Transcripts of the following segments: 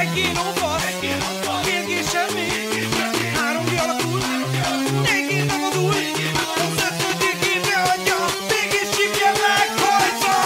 Egy kilóval, mégis semmi. Három kialakul, négy napodul. Az ötödik évre adja, mégis csipje meghajtva.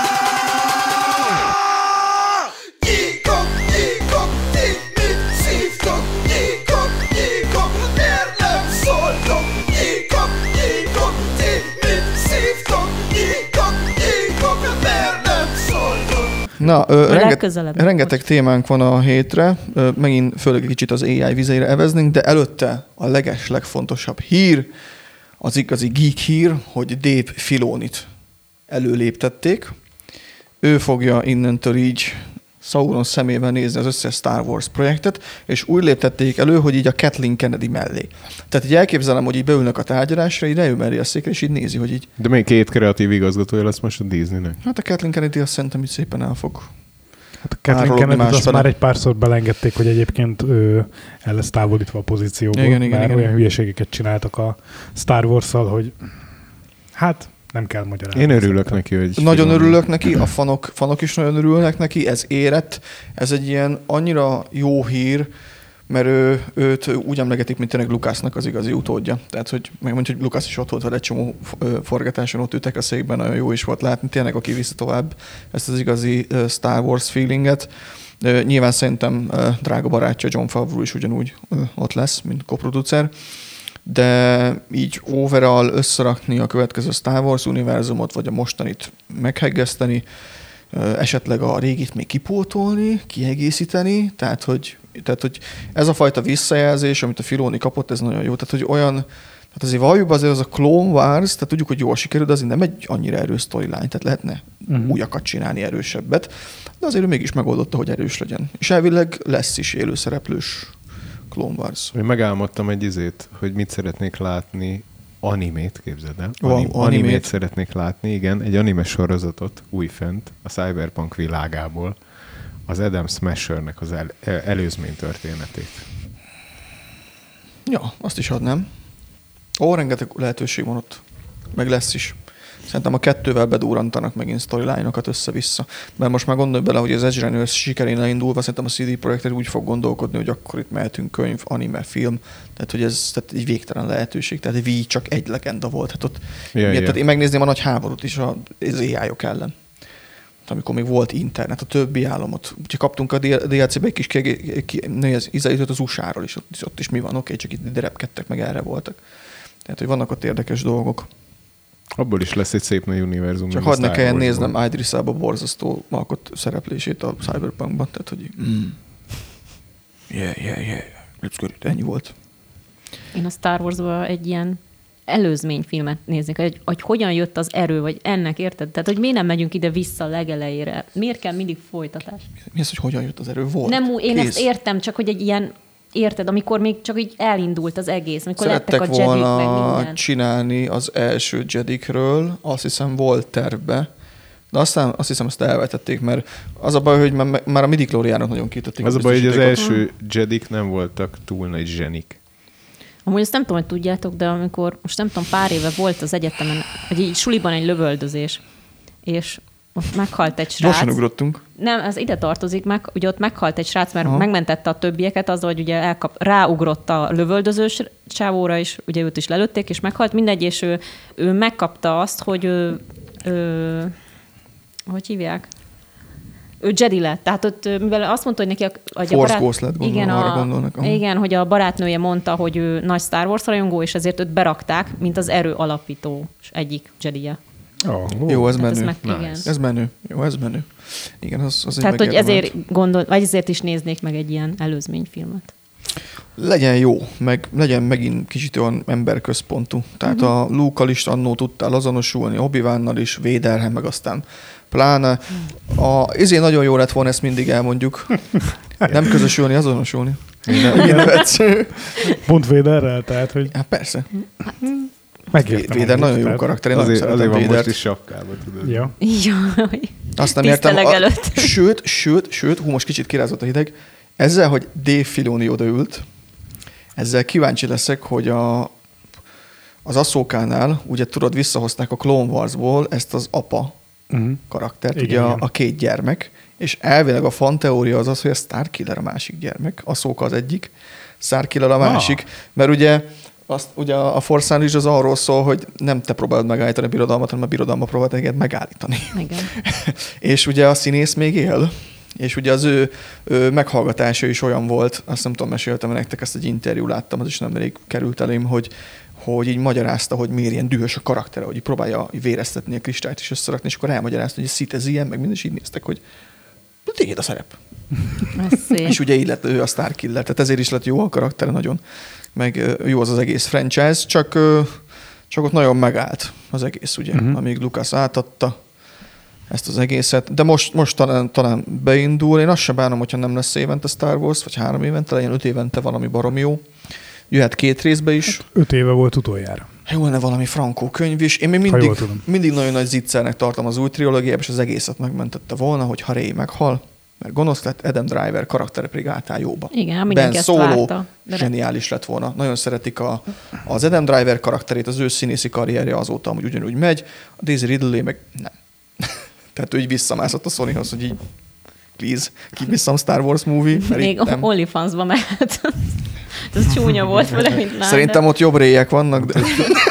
Nyíkok, nyíkok, ti mit szívtok? Nyíkok, nyíkok, miért nem szóltok? Nyíkok, nyíkok, ti mit szívtok? Nyíkok, nyíkok, miért nem szóltok? Na, rengeteg témánk van a hétre, megint főleg egy kicsit az AI vizeire eveznénk, de előtte a legfontosabb hír, az igazi geek hír, hogy Dave Filonit előléptették. Ő fogja innentől így Sauron szemében nézni az összes Star Wars projektet, és úgy léptették elő, hogy így a Kathleen Kennedy mellé. Tehát így elképzelem, hogy így beülnek a tárgyalásra, így leül mellé a székre, és így nézi, hogy így... De még 2 kreatív igazgatója lesz most a Disneynek. Hát a Kathleen Kennedy azt szerintem így szépen el fog. Hát a Kathleen Kennedy azt már egy párszor belengedték, hogy egyébként ő el lesz távolítva a pozícióból, igen. olyan hülyeségeket csináltak a Star Wars-szal, hogy hát nem kell magyarázni. Én örülök neki, hogy... Nagyon örülök neki, a fanok is nagyon örülnek neki, ez érett, ez egy ilyen annyira jó hír, mert őt úgy emlegetik, mint tényleg Lucasnak az igazi utódja. Tehát, hogy megmondjuk, hogy Lucas is ott volt, vagy egy csomó forgatáson ott ültek a székben, nagyon jó is volt látni, tényleg aki vissza tovább ezt az igazi Star Wars feelinget. Nyilván szerintem drága barátja Jon Favreau is ugyanúgy ott lesz, mint koproducer, de így overall összerakni a következő Star Wars univerzumot, vagy a mostanit meghegeszteni, esetleg a régit még kipótolni, kiegészíteni, tehát hogy ez a fajta visszajelzés, amit a Filoni kapott, ez nagyon jó. Tehát, hogy olyan, tehát azért valljuk azért az a Clone Wars, tehát tudjuk, hogy jól sikerül, de azért nem egy annyira erős storyline, tehát lehetne újakat csinálni, erősebbet, de azért ő mégis megoldotta, hogy erős legyen. És elvileg lesz is élőszereplős Clone Wars. Én megálmodtam egy izét, hogy mit szeretnék látni, animét, képzeld el. Animét szeretnék látni, igen, egy anime sorozatot újfent a Cyberpunk világából, az Adam Smashernek az előzmény történetét. Ja, azt is adnám. Rengeteg lehetőség van ott. Meg lesz is. Szerintem a 2-vel bedúrantanak megint storyline-okat össze-vissza. Mert most már gondolj bele, hogy az Edge Runners sikerén elindulva, szerintem a CD Projekt úgy fog gondolkodni, hogy akkor itt mehetünk könyv, anime, film. Tehát, hogy ez tehát egy végtelen lehetőség. Tehát egy csak egy legenda volt. Hát ott, tehát én megnézném a nagy háborút is az AI-ok ellen. Amikor még volt internet, a többi államot. Úgyhogy kaptunk a DLC-be egy kis ízelítőt az USA-ról is. Ott is mi van, oké, csak itt repkedtek, meg erre voltak. Tehát, hogy vannak ott érdekes dolgok. Abból is lesz egy szép nagy univerzum. Csak hadd ne kelljen néznem Idris Elba borzasztó alkot szereplését a Cyberpunkban. Tehát, hogy yeah, let's go. Ennyi volt. Én a Star Wars-ban egy ilyen előzményfilmet néznék, hogy hogyan jött az erő, vagy ennek, érted? Tehát, hogy miért nem megyünk ide-vissza a legelejére? Miért kell mindig folytatás? Mi az, hogy hogyan jött az erő? Volt. Nem, én ezt értem, csak hogy egy ilyen, érted, amikor még csak így elindult az egész, amikor szerettek lettek a Jedik, meg volna minden. csinálni az első Jedikről, azt hiszem volt tervbe, de aztán azt hiszem azt elvetették, mert az a baj, hogy már a midi-chloriánok nagyon kitették. Az a baj, hogy az első Jedik nem voltak túl nagy zsenik. Amúgy azt nem tudom, hogy tudjátok, de amikor, most nem tudom, pár éve volt az egyetemen, vagy így suliban egy lövöldözés, és ott meghalt egy srác. Gyorsan ugrottunk. Nem, ez ide tartozik, ugye ott meghalt egy srác, mert megmentette a többieket azzal, hogy ugye ráugrott a lövöldözős csávóra is, ugye őt is lelőtték, és meghalt mindegy, és ő megkapta azt, hogy hogy hívják? Ő Jedi lett. Tehát ott, mivel azt mondta, hogy neki a Force Ghost lett, gondolnak. Igen, hogy a barátnője mondta, hogy ő nagy Star Wars rajongó, és ezért őt berakták, mint az erő alapító egyik Jedije. Jó, ez menő. Nice. Ez menő. Jó, ez menő. Igen, az egy tehát, hogy ezért vagy ezért is néznék meg egy ilyen előzményfilmet. Legyen jó, meg legyen megint kicsit olyan emberközpontú. Tehát a Luke-kal is annó tudtál azonosulni, Obi-Wannal is, Vaderrel, meg aztán pláne. Ezért nagyon jó lett volna, ezt mindig elmondjuk. Nem közösülni, azonosulni. Pont Vaderrel, tehát, hogy... Hát persze. Megértem. Vader nagyon jó karakter, én nagyon szeretem Vadert. Vadert. Most is sapkába, tudod. Ja. Azt nem értem. Sőt, most kicsit kirázott a hideg. Ezzel, hogy Dave Filoni odaült, ezzel kíváncsi leszek, hogy az Ahsokánál, ugye visszahozták a Clone Warsból ezt az apa karaktert, igen, ugye igen. A két gyermek, és elvileg a fanteória az, hogy a Starkiller a másik gyermek, Ahsoka az egyik, Starkiller a másik, mert ugye a Force Unleashed az arról szól, hogy nem te próbálod megállítani a birodalmat, hanem a birodalma próbáld egyet megállítani. Igen. És ugye a színész még él, és ugye az ő meghallgatása is olyan volt, azt nem tudom, meséltem nektek, ezt egy interjú láttam, az is nemrég került elém, hogy így magyarázta, hogy miért ilyen dühös a karaktere, hogy így próbálja véreztetni a kristályt és összerakni, és akkor elmagyarázta, hogy Sith ez ilyen, meg minden, és így néztek, hogy téged a szerep. És ugye így lett ő a Starkiller, tehát ezért is lett jó a karaktere nagyon, meg jó az egész franchise, csak ott nagyon megállt az egész, ugye, amíg Lucas átadta ezt az egészet, de most talán beindul. Én azt sem bánom, hogyha nem lesz évente Star Wars, vagy 3 évente, legyen 5 évente valami baromi jó. Jöhet 2 részbe is. Hát 5 éve volt utoljára. Jó lenne valami frankó könyv is. Én még mindig nagyon nagy zicsernek tartom az új trilógiában, és az egészet megmentette volna, hogy ha Rey meghal, mert gonosz lett, Adam Driver karaktere pedig álltál jóba. Igen, mindenki ezt várta. Zseniális lett volna. Nagyon szeretik az Adam Driver karakterét, az ő színészi karrierje azóta, amúgy ugyanúgy megy. A Daisy Ridley meg nem. Tehát ő így visszamászott a Sonyhoz, hogy így please, kivisszam Star Wars movie. Még OnlyFans-ba mehet. Ez csúnya volt vele, mint lát. Szerintem ott jobb réjek vannak. De...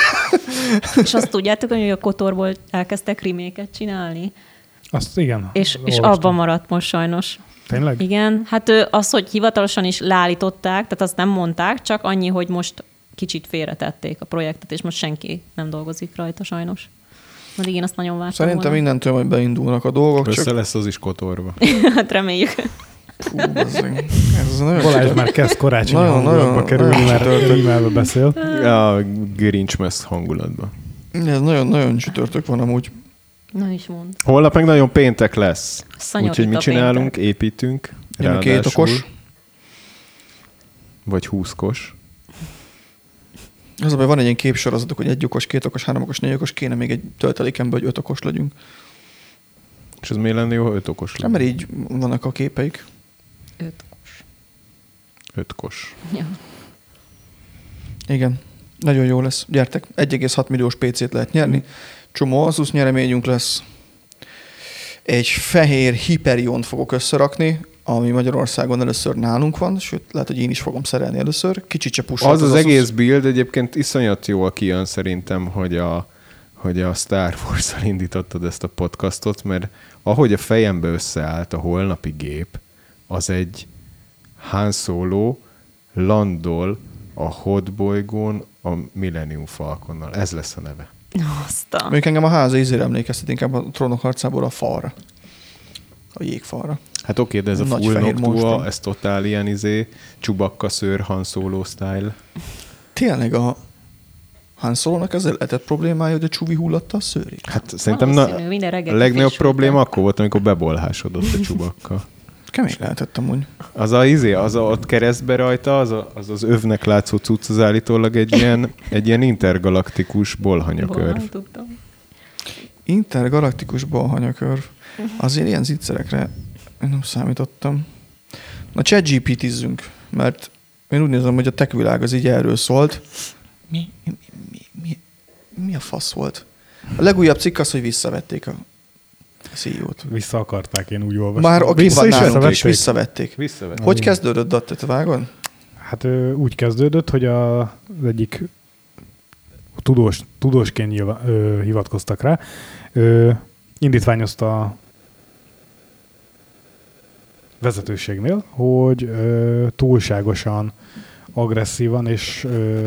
És azt tudjátok, hogy a Kotorból elkezdtek reméket csinálni? Azt igen. És abban maradt most sajnos. Tényleg? Igen. Hát az, hogy hivatalosan is leállították, tehát azt nem mondták, csak annyi, hogy most kicsit félretették a projektet, és most senki nem dolgozik rajta sajnos. Addig én azt nagyon vártam Szerintem volna. Innentől majd beindulnak a dolgok. Össze lesz az is Kotorba. Hát reméljük. Fú, ez nagyon Balázs már kezd karácsonyi hangulatba kerülni, mert rímelve beszél. A Grinch Mess hangulatba. Ez nagyon csütörtök van amúgy. Na is mond. Holnap meg nagyon péntek lesz. Úgyhogy mit csinálunk? Péntek. Jön Építünk. a Ráadásul. 2 okos. Vagy 20-kos. Az a baj, van egy ilyen képsorozatok, hogy 1 okos, 2 okos, 3 okos, 4 okos, kéne még egy töltelékemben, hogy 5 okos legyünk. És ez miért lenne jó, ha 5 okos lenne? Mert így vannak a képeik. 5 okos. 5 kos. Ja. Igen. Nagyon jó lesz. Gyertek, 1,6 milliós PC-t lehet nyerni. Csomó Asus nyereményünk lesz. Egy fehér Hyperiont fogok összerakni, ami Magyarországon először nálunk van, sőt, lehet, hogy én is fogom szerelni először. Kicsit se pusolt az egész build egyébként iszonyat jól kijön szerintem, hogy a Star Wars-szal indítottad ezt a podcastot, mert ahogy a fejembe összeállt a holnapi gép, az egy Han Solo landol a Hoth bolygón a Millennium Falconnal. Ez lesz a neve. Aztán. Mondjuk engem a háza ízére emlékeztet inkább a Trónok harcából a falra. A jégfalra. Hát oké, de ez a full Noctua, ez totál ilyen Chewbacca szőr, Han Solo style. Tényleg a Han Solo-nak ezzel lehetett problémája, hogy a Chewie hullatta a szőrét? Hát szerintem a legnagyobb probléma akkor volt, amikor bebolhásodott a Chewbacca. Kemény lehetett amúgy. Az ott keresztbe rajta, az övnek látszó cucc az állítólag egy ilyen intergalaktikus bolhanyakörv. Intergalaktikus bolhanyakörv. Azért ilyen zicserekre nem számítottam. Na ChatGPT-zzünk, mert én úgy nézem, hogy a tech világ az így erről szólt. Mi a fasz volt? A legújabb cikk az, hogy visszavették a CEO-t. Vissza akarták, én úgy olvastam. Már aki van nálunk is visszavették. Hogy kezdődött, Datte, te vágod? Hát úgy kezdődött, hogy az egyik tudósként hivatkoztak rá, indítványozta a vezetőségnél, hogy túlságosan agresszívan és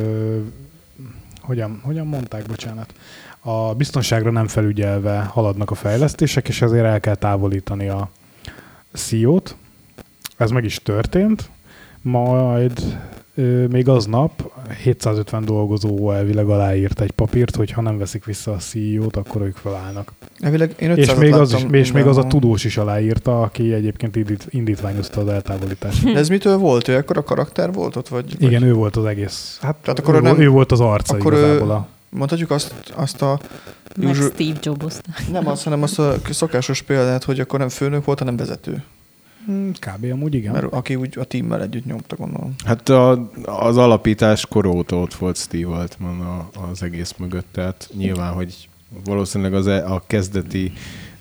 hogyan mondták, bocsánat, a biztonságra nem felügyelve haladnak a fejlesztések, és ezért el kell távolítani a CEO-t. Ez meg is történt, majd még aznap 750 dolgozó elvileg aláírt egy papírt, hogy ha nem veszik vissza a CEO-t, akkor ők felállnak. Elvileg én és még az a tudós is aláírta, aki egyébként indítványozta az eltávolítást. De ez mitől volt? Ő ekkora karakter volt ott? Igen, ő volt az egész. Hát tehát akkor ő volt az arca igazából. Mondhatjuk azt a... Meg Steve Jobs-t. Nem az, hanem azt a szokásos példát, hogy akkor nem főnök volt, hanem vezető. Kb. Amúgy igen. Mert aki úgy a teammel együtt nyomta, gondolom. Hát az alapítás óta ott volt Steve Altman az egész mögött, tehát nyilván, hogy valószínűleg a kezdeti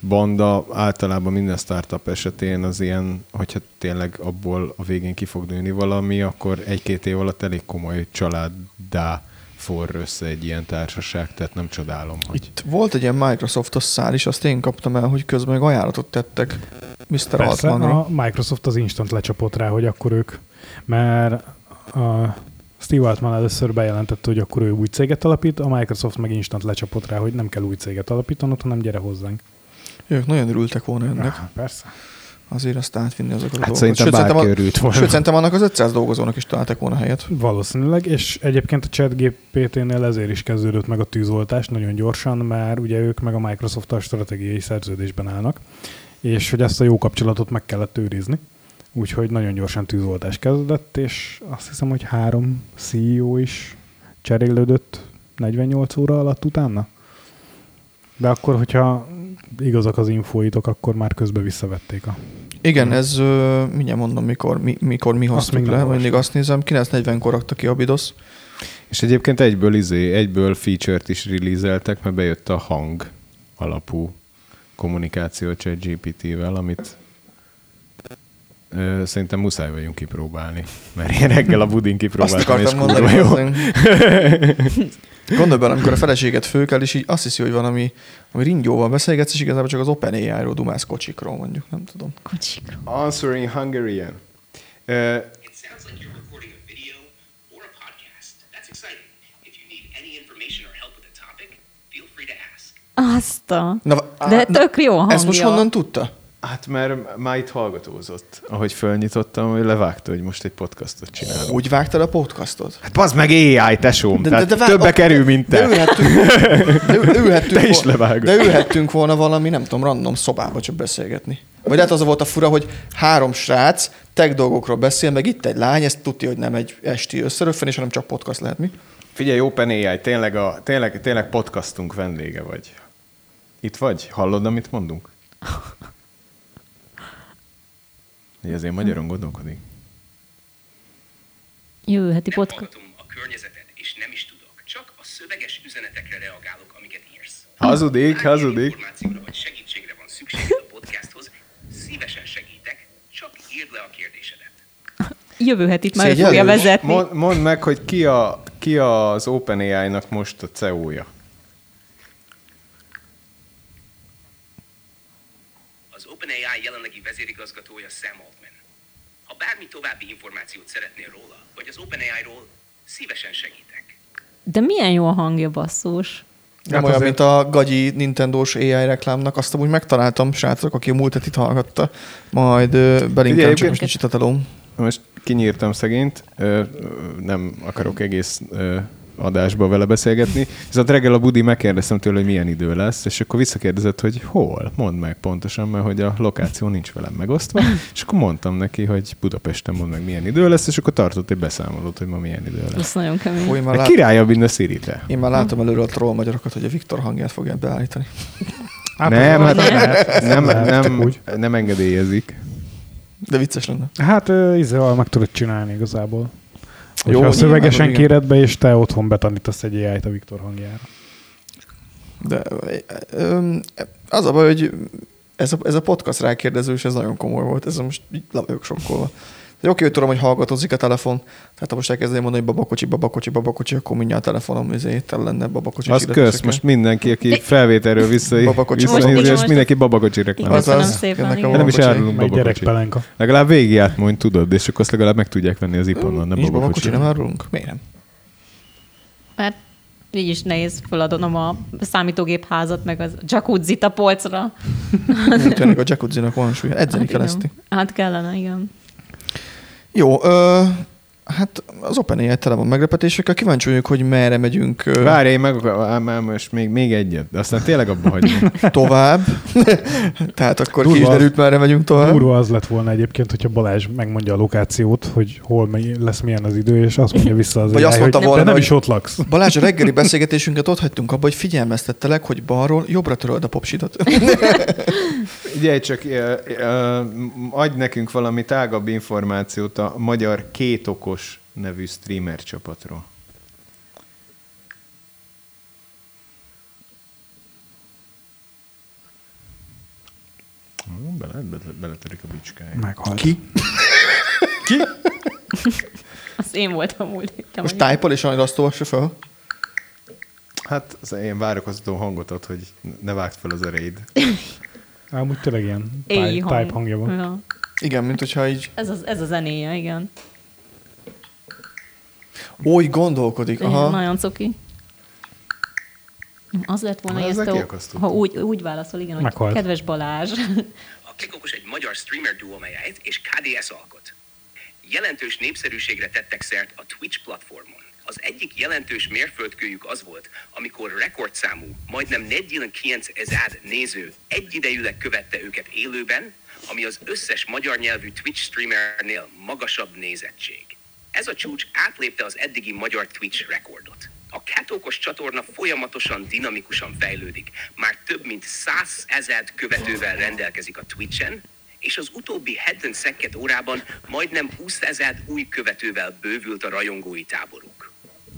banda általában minden startup esetén az ilyen, hogyha tényleg abból a végén ki fog nőni valami, akkor 1-2 év alatt elég komoly családdá forr össze egy ilyen társaság, tehát nem csodálom, hogy... Itt volt egy ilyen Microsoftos szál is, azt én kaptam el, hogy közben meg ajánlatot tettek Mr. Persze, Altmanra. a Microsoft az instant lecsapott rá, hogy akkor ők, mert Steve Altman először bejelentette, hogy akkor ő új céget alapít, a Microsoft meg instant lecsapott rá, hogy nem kell új céget alapítanod, hanem gyere hozzánk. Ők nagyon örültek volna ennek. Persze. Azért azt átvinni azokat a Hát dolgokat. szerintem bárki örült volna. Sőt, szerintem annak az 500 dolgozónak is találtak volna helyet. Valószínűleg, és egyébként a ChatGPT-nél ezért is kezdődött meg a tűzoltás nagyon gyorsan, mert ugye ők meg a Microsoft-tal stratégiai szerződésben állnak, és hogy ezt a jó kapcsolatot meg kellett őrizni. Úgyhogy nagyon gyorsan tűzoltás kezdődött, és azt hiszem, hogy 3 CEO is cserélődött 48 óra alatt utána. De akkor, hogyha igazak az infóitok, akkor már közben visszavették a... Igen, ez mindjárt mondom, mikor mi hoztuk le, mindig azt nézem, 9:40-kor rakta ki Abydos. És egyébként egyből feature-t is release-eltek, mert bejött a hang alapú kommunikáció ChatGPT-vel, amit szerintem muszáj vagyunk kipróbálni. Mert én reggel a budin kipróbáltam, és kurva jó. Gondolj bele, amikor a feleséget fölkel, és így azt hiszi, hogy van, ami ringyóval beszélgetsz, és igazából csak az OpenAI-ról dumálsz kocsikról, mondjuk, nem tudom. Kocsikról. Answering Hungarian. It sounds like you're recording a video or a podcast. That's exciting. If you need any information or help with a topic, feel free to ask. Azt a... De tök jó hangja. Ezt most honnan tudta? Hát mert már itt hallgatózott. Ahogy fölnyitottam, hogy levágta, hogy most egy podcastot csinálunk. Úgy vágtad a podcastot? Hát bazd meg AI, tesóm! Többe kerül, mint te. Te is levágod. De ülhettünk volna valami, nem tudom, random szobába csak beszélgetni. Vagy hát az volt a fura, hogy 3 srác tech dolgokról beszél, meg itt egy lány, ezt tudja, hogy nem egy esti összeröffenés, hanem csak podcast lehet, mi? Figyelj, OpenAI, tényleg podcastunk vendége vagy. Itt vagy? Hallod, amit mondunk? Hogy azért magyaron gondolkodik. Jövő heti podcast. Hallgatom a környezetet, és nem is tudok. Csak a szöveges üzenetekre reagálok, amiket írsz. Hazudik. Információra vagy segítségre van szükséged a podcasthoz, szívesen segítek, csak írd le a kérdésedet. Jövő hetit már ő Szégyellős. fogja vezetni. Mondd meg, hogy ki az OpenAI-nak most a CEO-ja. Az OpenAI jelenlegi vezérigazgatója Sam Altman. Ha bármi további információt szeretnél róla, vagy az OpenAI-ról, szívesen segítek. De milyen jó a hangja, basszus. Nem olyan, mint a gagyi Nintendo-s AI reklámnak. Azt amúgy megtaláltam, srácok, aki a múlt hetit hallgatta. Majd belinkelem, csak most nincs itt a telóm. Most kinyírtam szegényt, nem akarok egész adásba vele beszélgetni. Viszont reggel a budi megkérdeztem tőle, hogy milyen idő lesz, és akkor visszakérdezett, hogy hol, mondd meg pontosan, mert hogy a lokáció nincs velem megosztva, és akkor mondtam neki, hogy Budapesten mondd meg milyen idő lesz, és akkor tartott egy beszámolót, hogy ma milyen idő lesz. Ez nagyon kemény. Fúj, már De királyabb, mint a Siri-te. Én már látom előre a troll magyarokat, hogy a Viktor hangját fogják beállítani. Nem engedélyezik. De vicces lenne. Hát izéval meg tudod csinálni igazából. Jó, Jó, szövegesen igen. kéred be, és te otthon betanítasz egy AI-t a Viktor hangjára. De az a baj, hogy ez a podcast rákérdezős, ez nagyon komoly volt. Ez most így le vagyok sokkolva. Oké, hogy tudom, hogy hallgatózik a telefon. Tehát ha most elkezdeném mondani, hogy babakocsi, akkor mindjárt a telefonom tele lenne babakocsi. Az kösz, most mindenki, aki felvételről Babakocsi. visszanézi, és Most- mindenki babakocsi reklám. Köszönöm Azaz, szépen, jönnek a igen. Nem is babakocsi. árulunk Meg babakocsit. gyerekpelenka. Legalább végig átmondj, tudod, és akkor azt legalább meg tudják venni az iponon, nem Nincs babakocsi, babakocsi. nem árulunk? Miért nem? Mert így is nehéz feladnom a számítógép házat, meg az jacuzzit a polcra. Tényleg a jacuzzinak van súlya. Edzeni kell ezt. igen. Hát kellene, igen. Jó, hát az OpenAI tele van meglepetésekkel. Kíváncsi vagyok, hogy merre megyünk Várj, én meg most még egyet, de aztán tényleg abba hagyom. tovább. Tehát akkor ki is Durva az- derült, merre megyünk tovább. Durva az lett volna egyébként, hogyha Balázs megmondja a lokációt, hogy hol lesz milyen az idő, és azt mondja vissza az Vagy AI, azt mondta hogy volna, de nem hogy- is ott laksz. Balázs, a reggeli beszélgetésünket ott hagytunk abba, hogy figyelmeztettelek, hogy balról jobbra töröld a popsidot. Ugye csak adj nekünk valami tágabb információt a magyar Két Okos nevű streamer csapatról. beletörik a bicskája. Meghalt. Ki? Az én voltam múlt héten. Most tájpol és azt olvassa fel? Hát én várakoztató hangot ad, hogy ne vágd fel az erejéd. Amúgy tényleg ilyen Éj type hangja van. Ja. Igen, mint hogyha így... Ez a zenéje, igen. Úgy gondolkodik. Igen, Aha. nagyon cuki. Az lett volna, Na, hogy ezzel ezt kiakasztottuk. ha úgy válaszol, igen, hogy Meghalt. kedves Balázs. A Klikokos egy magyar streamer duo, mely Ed és KDS alkot. Jelentős népszerűségre tettek szert a Twitch platformon. Az egyik jelentős mérföldkőjük az volt, amikor rekordszámú, majdnem 49.000 néző egyidejűleg követte őket élőben, ami az összes magyar nyelvű Twitch streamernél magasabb nézettség. Ez a csúcs átlépte az eddigi magyar Twitch rekordot. A Kátókos csatorna folyamatosan, dinamikusan fejlődik. Már több mint 100.000 követővel rendelkezik a Twitchen, és az utóbbi 72 órában majdnem 20.000 új követővel bővült a rajongói táboruk.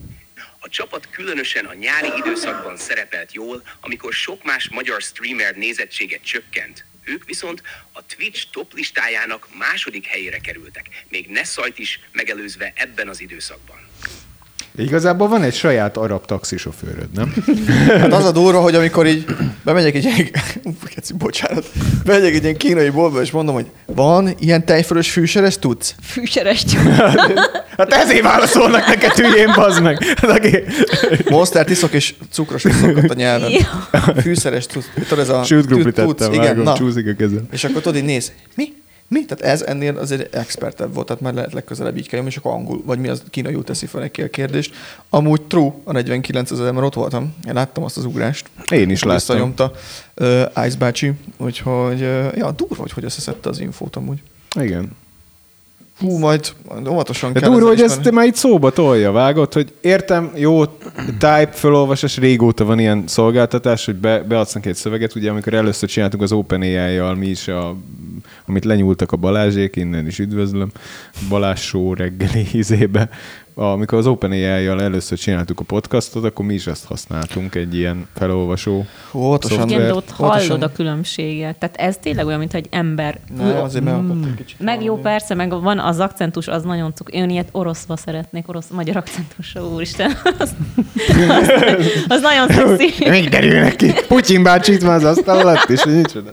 A csapat különösen a nyári időszakban szerepelt jól, amikor sok más magyar streamer nézettsége csökkent. Ők viszont a Twitch top listájának második helyére kerültek, még Nessajt is megelőzve ebben az időszakban. Igazából van egy saját arab taxisofőröd, nem? Hát az a durva, hogy amikor így bemegyek egy ilyen... bocsánat. Bemegyek egy ilyen kínai boltba, és mondom, hogy van ilyen tejfölös fűseres tudsz? Fűseres Hát ezért válaszolnak neked, hülyén, bazd meg. Monster iszok, és cukros szokott a nyelven. Fűszeres tudsz. Tudod, ez a... Sült krumplit tudsz, tettem, igen, vágom, na. csúszik a kezem. És akkor tudod, így néz. Mi? Tehát ez ennél azért expertebb volt, tehát már lehet legközelebb így kell jönni, és akkor angol, vagy mi az kínaiul teszi fel neki a kérdést. Amúgy true, a 49 000, mert ott voltam. Én láttam azt az ugrást. Én is láttam. Visszanyomta Ice bácsi, úgyhogy ja, durva, hogy összeszedte az infót amúgy. Igen. Hú, majd óvatosan De kell. durva, hogy ezzel ezt már itt szóba tolja, vágod, hogy értem, jó, type felolvasás, régóta van ilyen szolgáltatás, hogy beadsz neki egy szöveget, ugye amikor először csináltuk az OpenAI-jal, mi is, amit lenyúltak a Balázsék, innen is üdvözlöm, Balázs Show reggeli izébe, amikor az OpenAI-jal először csináltuk a podcastot, akkor mi is ezt használtunk, egy ilyen felolvasó. Óvatosan. Igen, de ott hallod óvatosan. a különbséget. Tehát ez tényleg olyan, mint egy ember. Ne, azért megakadt egy kicsit. Meg jó, valami. persze, meg van az akcentus, az nagyon cuk. Én ilyet oroszba szeretnék, magyar akcentusra, úristen. Az nagyon szexi. Még derülnek ki. Putyin bácsi itt van az asztal alatt, és nincs oda.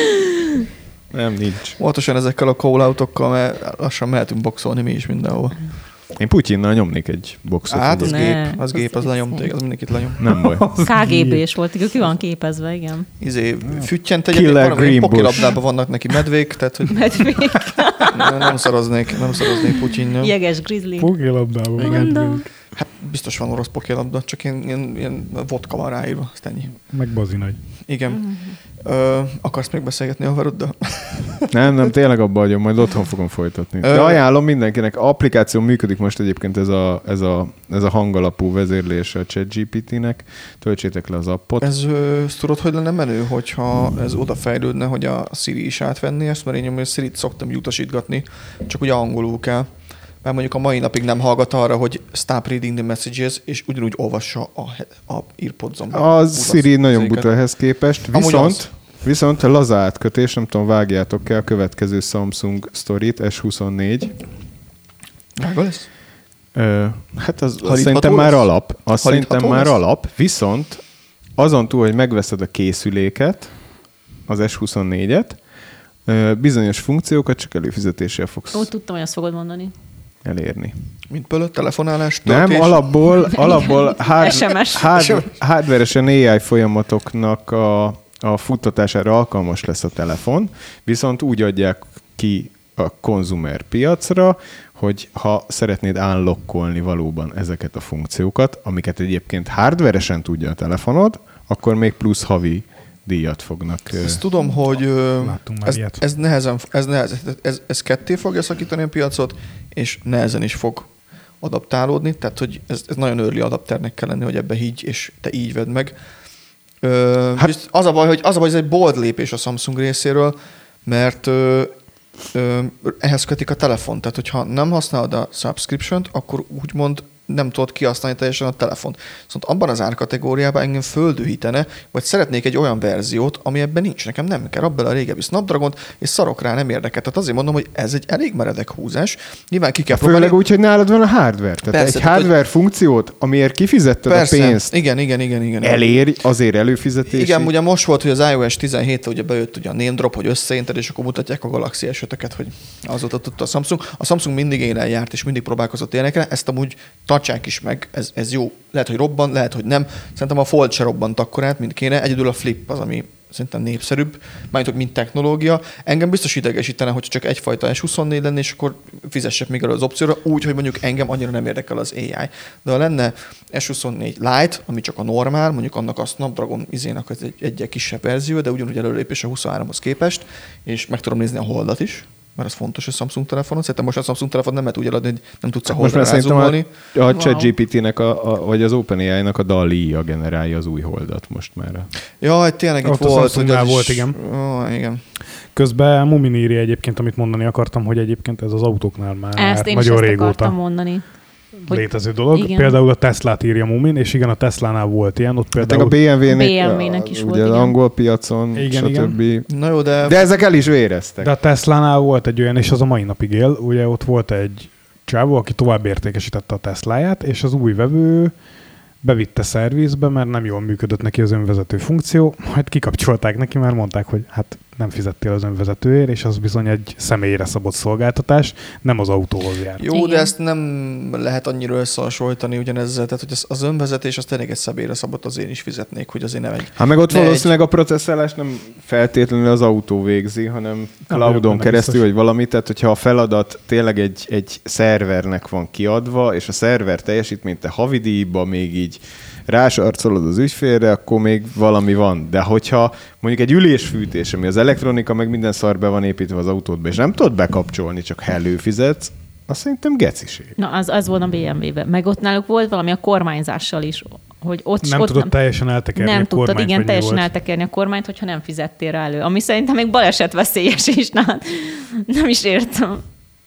Nem, nincs. Óvatosan ezekkel a call-outokkal, mert lassan mehetünk boxolni mi is mindenhol. Én Putyinnal nyomnék egy boxot. Hát az Ne, gép, az az gép, az vicc. lenyomték, az mindenkit lenyom. Nem baj. KGB-s volt, ki van képezve, igen. Füttyent Killer egyébként, valami Green Bush. pokélabdában vannak neki medvék, tehát hogy Medvék, nem szaroznék Putyinnyal. jeges grizzly. Pokélabdában. Mondom. Hát biztos van orosz pokélabda, csak ilyen vodka van ráírva, azt ennyi. Meg bazi nagy. Igen. Akarsz még beszélgetni a haveroddal? Nem, tényleg abba hagyom, majd otthon fogom folytatni. De ajánlom mindenkinek, applikáció működik most egyébként ez a hangalapú vezérlés a ChatGPT-nek. Töltsétek le az appot. Ez tudod, hogy lenne menő, hogyha ez odafejlődne, hogy a Siri is átvenné ezt, mert én a Sirit szoktam utasítgatni, csak ugye angolul kell. Mert mondjuk a mai napig nem hallgat arra, hogy stop reading the messages, és ugyanúgy olvassa a earpods-on. A Siri nagyon buta ehhez képest, viszont a laza átkötés, nem tudom, vágjátok el a következő Samsung sztorit, S24. Drága lesz? Hát az Hajtható szerintem már lesz? alap. Az szerintem Hajtható már lesz? alap, viszont azon túl, hogy megveszed a készüléket, az S24-et, bizonyos funkciókat csak előfizetéssel fogsz Ó, tudtam, hogy azt fogod mondani. elérni. Mint például telefonálás, Nem, töltés? alapból SMS. hardveresen AI folyamatoknak a futtatására alkalmas lesz a telefon, viszont úgy adják ki a konzumer piacra, hogy ha szeretnéd unlockolni valóban ezeket a funkciókat, amiket egyébként hardveresen tudja a telefonod, akkor még plusz havi díjat fognak. Ezt tudom, hogy Láttunk már ilyet. ez ketté fogja szakítani a piacot, és nehezen is fog adaptálódni, tehát hogy ez nagyon early adapternek kell lenni, hogy ebbe higgy, és te így vedd meg. Az a baj, hogy ez egy bold lépés a Samsung részéről, mert ehhez kötik a telefon, tehát hogyha nem használod a subscription-t, akkor úgymond nem tudod kihasználni teljesen a telefont. Szóval abban az árkategóriában engem földühítene, vagy szeretnék egy olyan verziót, ami ebben nincs. Nekem nem kell abban a régebbi Snapdragont, és szarok rá, nem érdekel. Tehát azért mondom, hogy ez egy elég meredek húzás. Nyilván ki kell próbálni. Főleg úgy, hogy nálad van a hardware. Tehát Persze, egy hardware funkciót, amiért kifizetted Persze. a pénzt, Igen. elér, azért előfizetési. Igen, ugye most volt, hogy az iOS 17-tel ugye bejött ugye a name drop, hogy összeinted, és akkor mutatják a Galaxy S5-öket, hogy azóta tudta a Samsung. A Samsung mindig élen járt, és mindig próbálkozott ilyenekre. Ezt amúgy tartsák is meg, ez jó. Lehet, hogy robban, lehet, hogy nem. Szerintem a Fold se robbant akkorát, mint kéne. Egyedül a Flip az, ami szerintem népszerűbb, mármint, hogy mint technológia. Engem biztos idegesítene, hogy csak egyfajta S24 lenne, és akkor fizessek még elő az opcióra, úgy, hogy mondjuk engem annyira nem érdekel az AI. De ha lenne S24 Lite, ami csak a normál, mondjuk annak a Snapdragon izének az egy kisebb verzió, de ugyanúgy előlépés a 23-hoz képest, és meg tudom nézni a Holdat is, mert az fontos a Samsung telefonon. Szerintem most a Samsung telefon nem lehet úgy eladni, hogy nem tudsz a Holdra rázumolni. A ChatGPT-nek, vagy az OpenAI-nak a DALL-I generálja az új Holdat most már. Jaj, tényleg itt volt. Samsungnál volt, igen. Igen. Közben Mumin írja egyébként, amit mondani akartam, hogy egyébként ez az autóknál már Ezt én nagyon is régóta akartam mondani. létező dolog. Igen. Például a Teslát írja Mumin, és igen, a Teslánál volt ilyen. Ott Hát például... a BMW-nek is ugye volt, az igen. angol piacon, Igen, stb. Na jó, de ezek el is véreztek. De a Teslánál volt egy olyan, és az a mai napig él. Ugye ott volt egy csávó, aki tovább értékesítette a Tesláját, és az új vevő bevitte szervizbe, mert nem jól működött neki az önvezető funkció, majd kikapcsolták neki, mert mondták, hogy hát nem fizettél az önvezetőért, és az bizony egy személyre szabott szolgáltatás, nem az autóhoz jár. jó, Igen. de ezt nem lehet annyira összehasonlítani ugyanezzel, tehát hogy az önvezetés, az tényleg egy személyre szabott, az én is fizetnék, hogy azért nem egy... Hát meg ott ne valószínűleg a processzolást nem feltétlenül az autó végzi, hanem vagyok cloudon benne keresztül, biztos. vagy valami. Tehát, hogyha a feladat tényleg egy szervernek van kiadva, és a szerver teljesítményt te havidíjba még így rásarcolod az ügyfélre, akkor még valami van. De hogyha mondjuk egy ülésfűtés, ami az elektronika, meg minden szar be van építve az autódba, és nem tudod bekapcsolni, csak előfizetsz, azt szerintem geciség. Na, az volt a BMW-ben. Meg ott náluk volt valami a kormányzással is, hogy ott Nem ott tudod teljesen eltekerni nem a tudtad, kormányt, igen, hogy mi teljesen volt. eltekerni a kormányt, hogyha nem fizettél rá elő. Ami szerintem még balesetveszélyes is, nem is értem.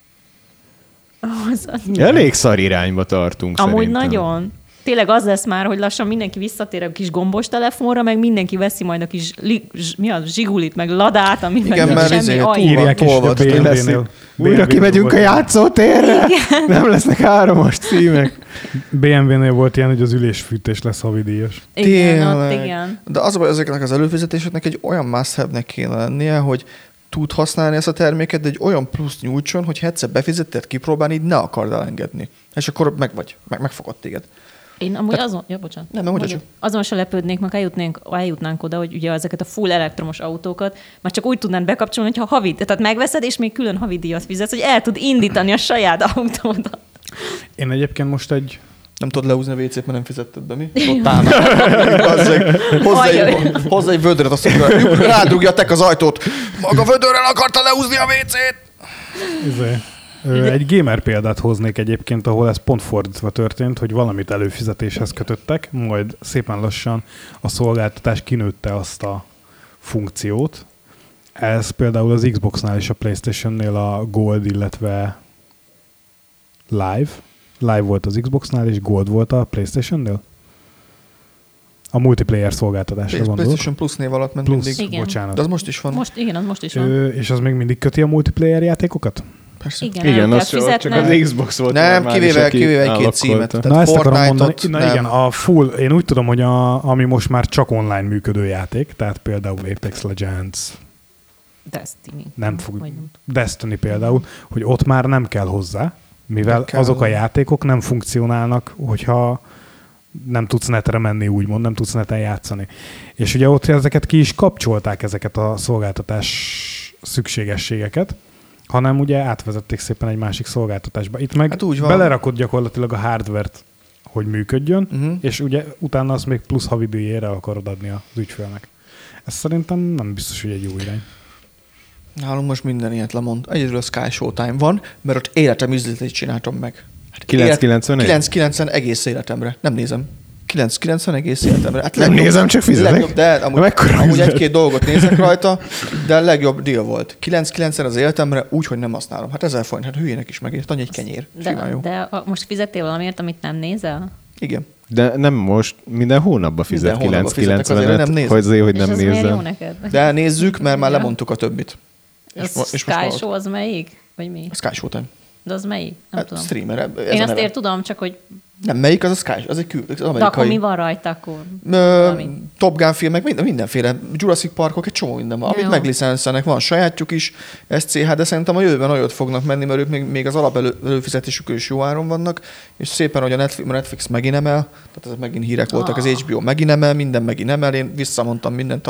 Elég szar irányba tartunk Amúgy szerintem. nagyon. Tényleg az lesz már, hogy lassan mindenki visszatér a kis gombos telefonra, meg mindenki veszi majd a kis zsigulit, meg ladát, ami Igen, meg mert semmi izé, aj. Írják is a Tolvad, BMW-nél. Újra kimegyünk a játszótérre, nem lesznek 3-as címek. BMW-nél volt ilyen, hogy az ülésfűtés lesz havidíjas. Igen, ott Tényleg. igen. De az a baj, ezeknek az előfizetéseknek egy olyan must-have-nek kéne lennie, hogy tud használni ezt a terméket, de egy olyan plusz nyújtson, hogy ha egyszer befizetted kipróbálni, így ne akard elengedni. És akkor megfogod téged. Én amúgy azon, bocsánat. Nem, mondja csak. Azon se lepődnék, meg eljutnánk oda, hogy ugye ezeket a full elektromos autókat már csak úgy tudnád bekapcsolni, hogyha tehát megveszed, és még külön havidíjat fizetsz, hogy el tud indítani a saját autódat. Én egyébként most egy Nem tudod leúzni a WC-t, mert nem fizetted be, mi? Ott állnak. Hozzá egy vödröt, azt mondja, rádugja tek az ajtót. Maga vödörrel akarta leúzni a WC-t! Egy gamer példát hoznék egyébként, ahol ez pont fordítva történt, hogy valamit előfizetéshez kötöttek, majd szépen lassan a szolgáltatás kinőtte azt a funkciót. Ez például az Xboxnál és a PlayStation-nél a Gold, illetve Live. Live volt az Xboxnál, és Gold volt a PlayStation-nél? A multiplayer szolgáltatásra gondolok. PlayStation Plus név alatt ment Plus, mindig. Igen. bocsánat. De az most is van. Az most is van. És az még mindig köti a multiplayer játékokat? Persze. Igen, elő az kell csak fizetned. az Xbox volt. Nem, normális, kivéve aki egy-két állokkolta. címet. Na Tehát ezt akarom Fortnite-ot mondani. Na nem. igen, a full, én úgy tudom, hogy ami most már csak online működő játék, tehát például Apex Legends, Destiny. nem fog, Vagy nem. Destiny például, hogy ott már nem kell hozzá, mivel Nem kell. azok a játékok nem funkcionálnak, hogyha nem tudsz netre menni, úgymond, nem tudsz neten játszani. És ugye ott ezeket ki is kapcsolták, ezeket a szolgáltatás szükségességeket, hanem ugye átvezették szépen egy másik szolgáltatásba. Itt meg Hát úgy van. belerakod gyakorlatilag a hardvert, hogy működjön, Uh-huh. és ugye utána azt még plusz havidíjére akarod adni az ügyfélnek. Ez szerintem nem biztos, hogy egy jó irány. Nálunk most minden ilyet lemond. Egyedül a Sky Showtime van, mert ott életem üzletét csináltam meg. Hát 991? 990 egész életemre. Nem nézem. 9,90 egész életemre. Hát Nem nézem, csak fizetek. legjobb, de amúgy Mekkora üzlet? egy-két dolgot nézek rajta, de a legjobb deal volt. 9,90 az életemre, úgy, hogy nem használom. Hát 1000 forint, hát hülyének is megért, annyi egy kenyér. Simán jó. Most fizettél valamiért, amit nem nézel? Igen. De nem most, minden hónapban fizet Minden hónapban fizetek, azért nem 9,90-et, nézem. hogy azért, hogy És nem ez miért jó nézem. neked? De nézzük, mert már Ja. lemondtuk a többit. Az Sky Show az melyik? Vagy mi? A Sky Showtime. De az melyik? Nem Hát tudom. streamer. Ez Én a azt neve. tudom, csak hogy Nem, melyik az a Sky? Az egy az de akkor amerikai. mi van rajta akkor? Valami. Top Gun filmek, mindenféle. Jurassic Parkok, egy csomó minden van. Amit Jó. meglicenszelnek, van sajátjuk is, SCH, de szerintem a jövőben nagyot fognak menni, mert ők még az előfizetésükön is jó áron vannak, és szépen, hogy a Netflix megint emel, tehát ezek megint hírek voltak, az HBO megint emel, minden megint emel, én visszamondtam mindent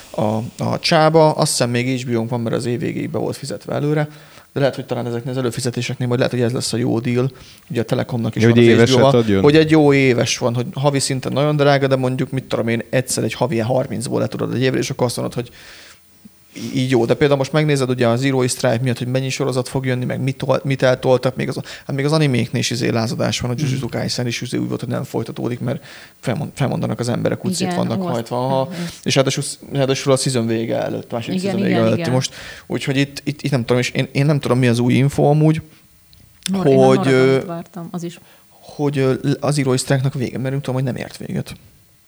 a csába, azt hiszem még HBO-nk van, mert az év végéig be volt fizetve előre, de lehet, hogy talán ezeknél az előfizetéseknél majd lehet, hogy ez lesz a jó deal, ugye a Telekomnak is Hogy van az éveset HBO-val, adjon. hogy egy jó éves van, hogy havi szinten nagyon drága, de mondjuk, mit tudom én, egyszer egy havi 30-ból le tudod egy évre, és akkor azt mondod, hogy így jó. De például most megnézed ugye a Zero Strike miatt, hogy mennyi sorozat fog jönni, meg mit eltoltak, még az animéknél is lázadás van, a Jujutsu Kaisen is úgy volt, hogy nem folytatódik, mert felmondanak az emberek, úgy szét Igen, vannak ó, hajtva. És ráadásul a season vége előtt, második Igen, season vége igen, előtti igen. most. Úgyhogy itt nem tudom, és én nem tudom, mi az új info amúgy, Én a hogy, Noradonot vártam, az is. hogy az Zero Strike-nak vége, mert nem tudom, hogy nem ért véget.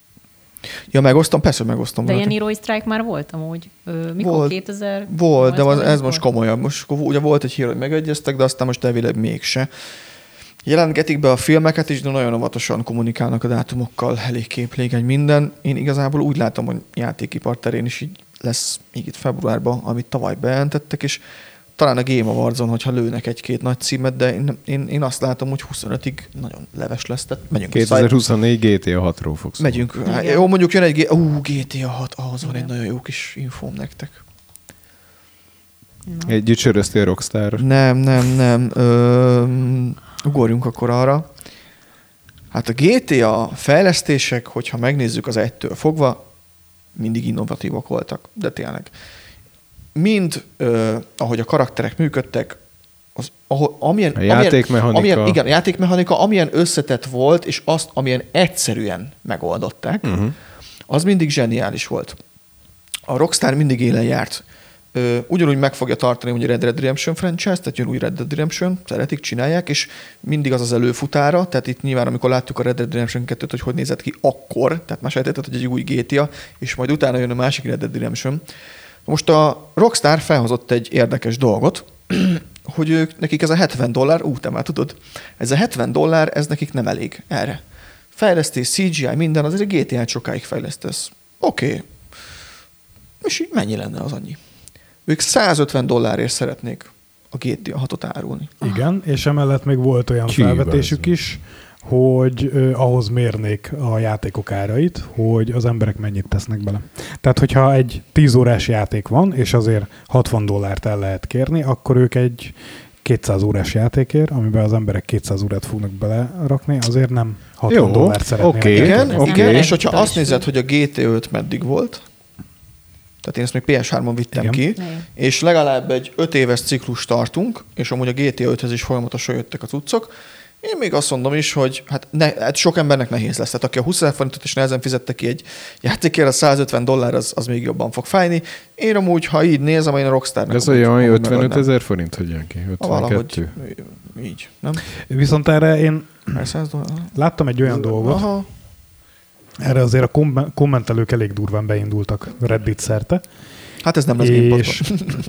Ja, megosztom? Persze, hogy megosztom. De veletek. ilyen Hero Strike már volt amúgy. Mikor? Volt. 2000? Volt, de ez mikor? most komolyabb. Most ugye volt egy hír, hogy megegyeztek, de aztán most elvileg mégse. Jelentgetik be a filmeket is, de nagyon óvatosan kommunikálnak a dátumokkal, elég képlékeny minden. Én igazából úgy látom, hogy játékipar terén is így lesz még itt februárban, amit tavaly bejelentettek, és talán a Game Awards-on, hogyha lőnek egy-két nagy címet, de én azt látom, hogy 25-ig nagyon leves lesz. Tehát megyünk 2024 GTA 6-ról fogsz. Megyünk. Hát, Igen. jó, mondjuk jön egy GTA 6, ahhoz van egy nagyon jó kis infóm nektek. Egy gyöcsöröztél Rockstar. Nem. Ugorjunk akkor arra. Hát a GTA fejlesztések, hogyha megnézzük az 1-től fogva, mindig innovatívak voltak, de tényleg. Mind, ahogy a karakterek működtek, A játékmechanika. Igen, a játékmechanika, amilyen összetett volt, és azt, amilyen egyszerűen megoldották, az mindig zseniális volt. A Rockstar mindig élen járt. Ugyanúgy meg fogja tartani ugye Red Dead Redemption franchise, tehát jön új Red Dead Redemption, szeretik, csinálják, és mindig az előfutára, tehát itt nyilván, amikor láttuk a Red Dead Redemption 2-t, hogy nézett ki akkor, tehát már sejtetted, hogy egy új GTA, és majd utána jön a másik Red Dead Redemption. Most a Rockstar felhozott egy érdekes dolgot, hogy nekik ez a $70, te már tudod, ez a $70, ez nekik nem elég erre. Fejlesztés, CGI, minden, azért egy GTA-t sokáig fejlesztesz. Oké. És így mennyi lenne az annyi? Ők $150 szeretnék a GTA 6-ot árulni. Igen, és emellett még volt olyan Csíbázva. felvetésük is, hogy ahhoz mérnék a játékok árait, hogy az emberek mennyit tesznek bele. Tehát, hogyha egy 10 órás játék van, és azért $60 el lehet kérni, akkor ők egy 200 órás játékért, amiben az emberek 200 órát fognak belerakni, azért nem $60 szeretnének. oké. Igen, Ez oké. nem És hogyha digitális azt nézed, hogy a GTA 5 meddig volt, tehát én ezt még PS3-on vittem Igen. ki, Igen. és legalább egy 5 éves ciklus tartunk, és amúgy a GTA 5-hez is folyamatosan jöttek a cuccok. Én még azt mondom is, hogy hát sok embernek nehéz lesz. Tehát aki a 20 000 forintot is nehezen fizette ki egy játékért, a $150 az még jobban fog fájni. Én amúgy, ha így nézem, én a Rockstarnak... Ez amúgy olyan 55 megadnám. 000 forint, hogy jön ki? 52? Valahogy így, nem? Viszont erre én Mert $100? láttam egy olyan dolgot, Aha. erre azért a kommentelők elég durván beindultak Reddit szerte, Hát ez nem lesz Game és Pass-ban.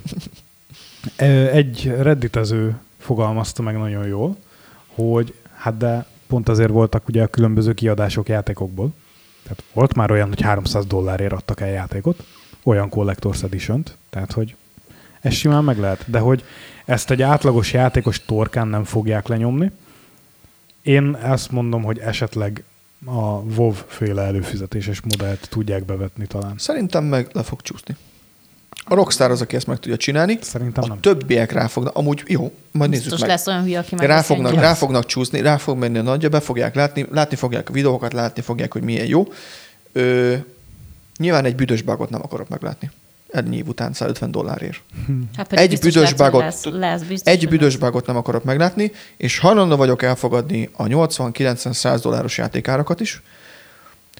egy redditező fogalmazta meg nagyon jól, hogy hát de pont azért voltak ugye a különböző kiadások játékokból. Tehát volt már olyan, hogy $300 adtak el játékot, olyan Collector's Edition-t, tehát hogy ez simán meg lehet, de hogy ezt egy átlagos játékos torkán nem fogják lenyomni. Én ezt mondom, hogy esetleg a WoW féle előfizetéses modellt tudják bevetni talán. Szerintem meg le fog csúszni. A Rockstar az, aki ezt meg tudja csinálni. Szerintem A nem. többiek rá fognak. Amúgy jó, majd nézzük Biztos meg. lesz olyan hülye, aki Rá fognak csúszni, rá fog menni a nagyja, be fogják látni fogják a videókat, látni fogják, hogy milyen jó. Nyilván egy büdös bugot nem akarok meglátni. Ennyi év után $150. Hát Egy büdös bugot, egy büdös bugot nem akarok meglátni, és hajlandó vagyok elfogadni a $80-90-$100 játékárakat is,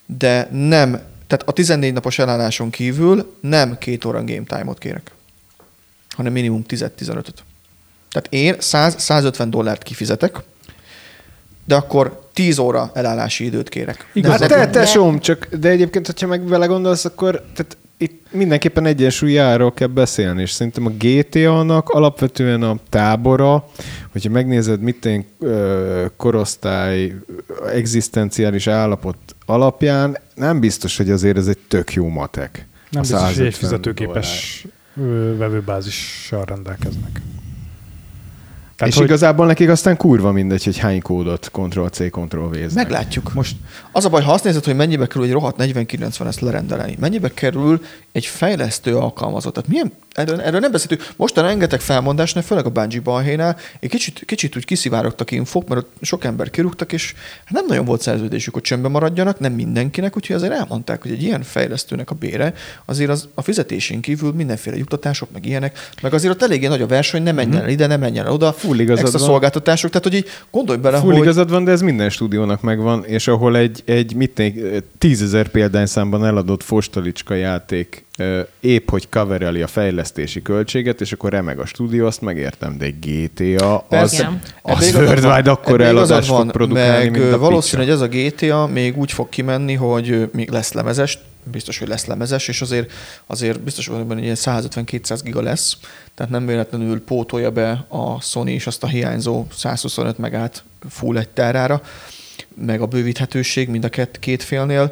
de nem, tehát a 14 napos elálláson kívül nem 2 óra game time-ot kérek, hanem minimum 10-15-öt. Tehát én $100-150 kifizetek, de akkor 10 óra elállási időt kérek. Igaz, tesóm, de egyébként, hogyha meg vele gondolsz, akkor tehát itt mindenképpen egyensúlyáról kell beszélni, és szerintem a GTA-nak alapvetően a tábora, hogyha megnézed mitten korosztály, egzisztenciális állapot alapján, nem biztos, hogy azért ez egy tök jó matek. Nem biztos, hogy egy fizetőképes vevőbázissal rendelkeznek. Tehát, és igazából nekik aztán kurva mindegy, hogy hány kódot Ctrl-C, Ctrl-V-znek. Meglátjuk. Most az a baj, ha azt nézed, hogy mennyibe kerül egy rohadt 4090 ezt lerendelni, mennyibe kerül egy fejlesztő alkalmazott. Tehát milyen, erről nem beszéltünk. Most a rengeteg felmondásnál, főleg a Bungie balhénál, egy kicsit úgy kiszivárogtak infók, mert ott sok ember kirúgtak, és nem nagyon volt szerződésük, hogy csöndben maradjanak, nem mindenkinek, úgyhogy azért elmondták, hogy egy ilyen fejlesztőnek a bére, azért az a fizetésén kívül mindenféle juttatások, meg ilyenek, meg azért ott eléggé nagy a verseny, ne menjen el ide, ne menjen el oda. Extra szolgáltatások, tehát hogy így gondolj bele, hogy... igazad van, de ez minden stúdiónak megvan, és ahol egy 10 000 példányszámban eladott fostalicska játék épp, hogy covereli a fejlesztési költséget, és akkor remeg a stúdió, azt megértem, de egy GTA, az worldwide akkor eladást fog produkálni, mint a valószínű, hogy ez a GTA még úgy fog kimenni, hogy még lesz lemezes, biztos, hogy lesz lemezes, és azért biztos, hogy ilyen 150-200 giga lesz, tehát nem véletlenül pótolja be a Sony is azt a hiányzó 125 megát full 1 terára, meg a bővíthetőség mind a két félnél,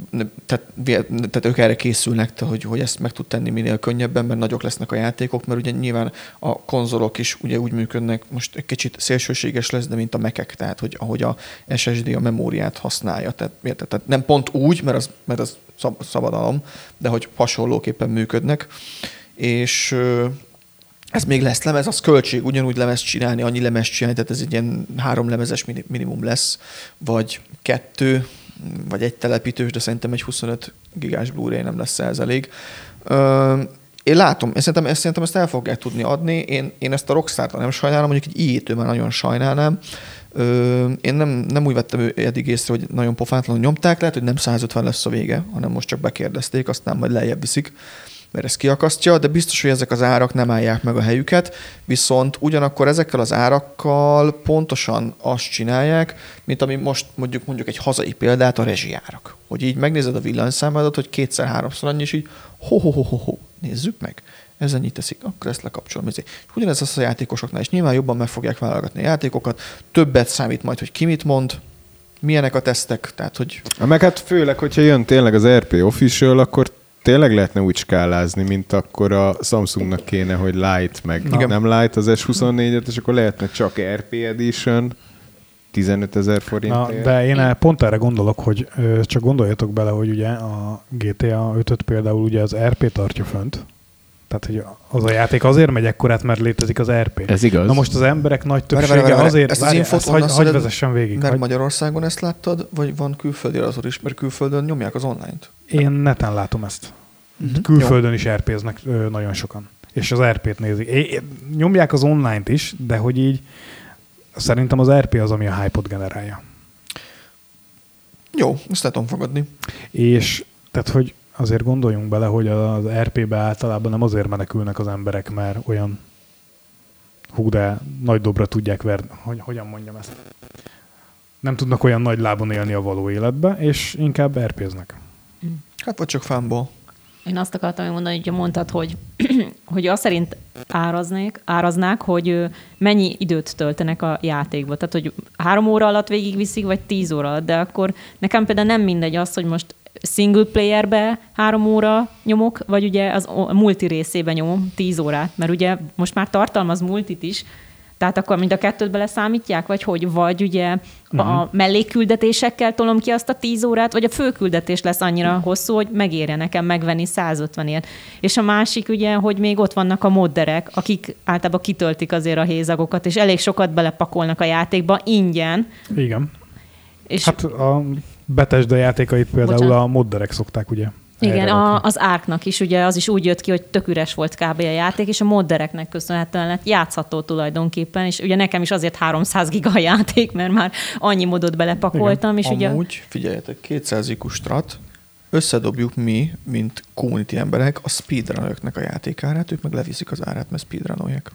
tehát ők erre készülnek, hogy ezt meg tud tenni minél könnyebben, mert nagyok lesznek a játékok, mert ugye nyilván a konzolok is ugye úgy működnek, most egy kicsit szélsőséges lesz, de mint a Mac-ek, tehát hogy ahogy a SSD a memóriát használja, tehát nem pont úgy, mert az szabadalom, de hogy hasonlóképpen működnek, és ez még lesz lemez, az költség, ugyanúgy lemezt csinálni, annyi lemezt csinálni, tehát ez egy ilyen 3 lemezes minimum lesz, vagy 2, vagy 1 telepítős, de szerintem egy 25 gigás Blu-ray nem lesz ez elég. Én látom, szerintem ezt el fogják tudni adni. Én ezt a Rockstar-t nem sajnálom, mondjuk egy EA-től már nagyon sajnálnám. Én nem úgy vettem eddig észre, hogy nagyon pofátlanul nyomták, lehet, hogy nem 150 lesz a vége, hanem most csak bekérdezték, aztán majd lejjebb viszik, mert ez kiakasztja, de biztos, hogy ezek az árak nem állják meg a helyüket, viszont ugyanakkor ezekkel az árakkal pontosan azt csinálják, mint ami most mondjuk egy hazai példát, a rezsijárak. Hogy így megnézed a villanyszámadat, hogy 2-3-szor annyi, és így nézzük meg, ez ennyit teszik, akkor ezt lekapcsolom. Ugyanez az a játékosoknál, és nyilván jobban meg fogják válogatni a játékokat, többet számít majd, hogy ki mit mond, milyenek a tesztek, tehát hogy... Meg hát főleg, hogyha jön tényleg az RP Official, akkor tényleg lehetne úgy skálázni, mint akkor a Samsungnak kéne, hogy Lite, meg nem Lite az S24-et, és akkor lehetne csak RP Edition, 15 000 forintért. De én pont erre gondolok, hogy csak gondoljatok bele, hogy ugye a GTA 5-öt például ugye az RP tartja fönt. Tehát, hogy az a játék azért megy ekkorát, mert létezik az RP. Ez igaz. Na most az emberek nagy többsége azért... Ezt az infót hagy vezessen végig. Mert Magyarországon ezt láttad, vagy van külföldi adatot is, mert külföldön nyomják az online-t? Én neten látom ezt. Külföldön is RP-znek nagyon sokan. És az RP-t nézik. Nyomják az online-t is, de hogy így szerintem az RP az, ami a hype-ot generálja. Jó, ezt tudom fogadni. És tehát, hogy azért gondoljunk bele, hogy az RP-be általában nem azért menekülnek az emberek, mert olyan de nagy dobra tudják verni. Hogyan mondjam ezt? Nem tudnak olyan nagy lábon élni a való életbe, és inkább RP-znek. Hát vagy csak fánból. Én azt akartam mondani, hogy mondtad, hogy azt szerint áraznák, hogy mennyi időt töltenek a játékba. Tehát, hogy 3 óra alatt végigviszik, vagy 10 óra alatt. De akkor nekem például nem mindegy az, hogy most single playerbe 3 óra nyomok, vagy ugye az multi részében nyomom 10 órát. Mert ugye most már tartalmaz multit is, tehát akkor mind a kettőt beleszámítják, vagy ugye a mellékküldetésekkel tolom ki azt a 10 órát, vagy a főküldetés lesz annyira hosszú, hogy megérje nekem megvenni 150-ért. És a másik ugye, hogy még ott vannak a modderek, akik általában kitöltik azért a hézagokat, és elég sokat belepakolnak a játékba ingyen. Igen. És hát a Bethesda játékait például a modderek szokták ugye Igen, az Arknak is, ugye az is úgy jött ki, hogy tök üres volt kb. A játék, és a moddereknek köszönhetően lett játszható tulajdonképpen, és ugye nekem is azért 300 giga a játék, mert már annyi modot belepakoltam. És amúgy, figyeljetek, 200 IQ strat, összedobjuk mi, mint community emberek, a speedrunneröknek a játékárát, ők meg leviszik az árát, mert speedrunolják.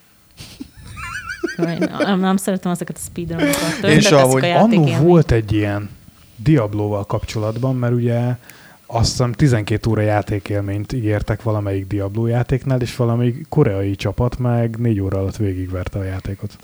Nem szeretem ezeket a speedrunokat. És ahogy annó volt egy ilyen Diablo-val kapcsolatban, mert ugye azt hiszem 12 óra játékélményt ígértek valamelyik Diablo játéknál, és valamelyik koreai csapat meg 4 óra alatt végigverte a játékot.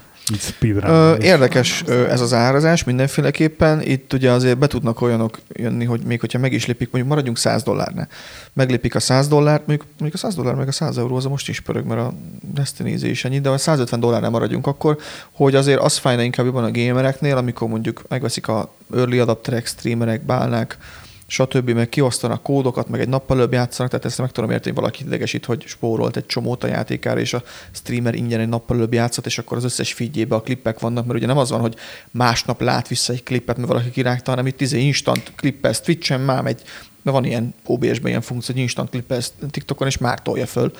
Érdekes ez az árazás mindenféleképpen. Itt ugye azért be tudnak olyanok jönni, hogy még hogyha meg is lépik, mondjuk maradjunk $100-nál. Meglépik a $100, mondjuk a $100 meg a 100 euró, az most is pörög, mert a Destiny is ennyi, de a $150 maradjunk akkor, hogy azért az fájna inkább jobban a gamereknél, amikor mondjuk megveszik a early adapterek, streamerek, bálnák, stb. Meg kiosztanak kódokat, meg egy nappal előbb játszanak, tehát ezt meg tudom érteni, hogy valaki idegesít, hogy spórolt egy csomót a játékára, és a streamer ingyen egy nappal előbb játszott, és akkor az összes feedjébe a klippek vannak, mert ugye nem az van, hogy másnap lát vissza egy klippet, mert valaki kirágta, hanem itt instant klippez Twitch-en már megy, mert van ilyen OBS-ben ilyen funkció, hogy instant klippez TikTokon, és már tolja föl.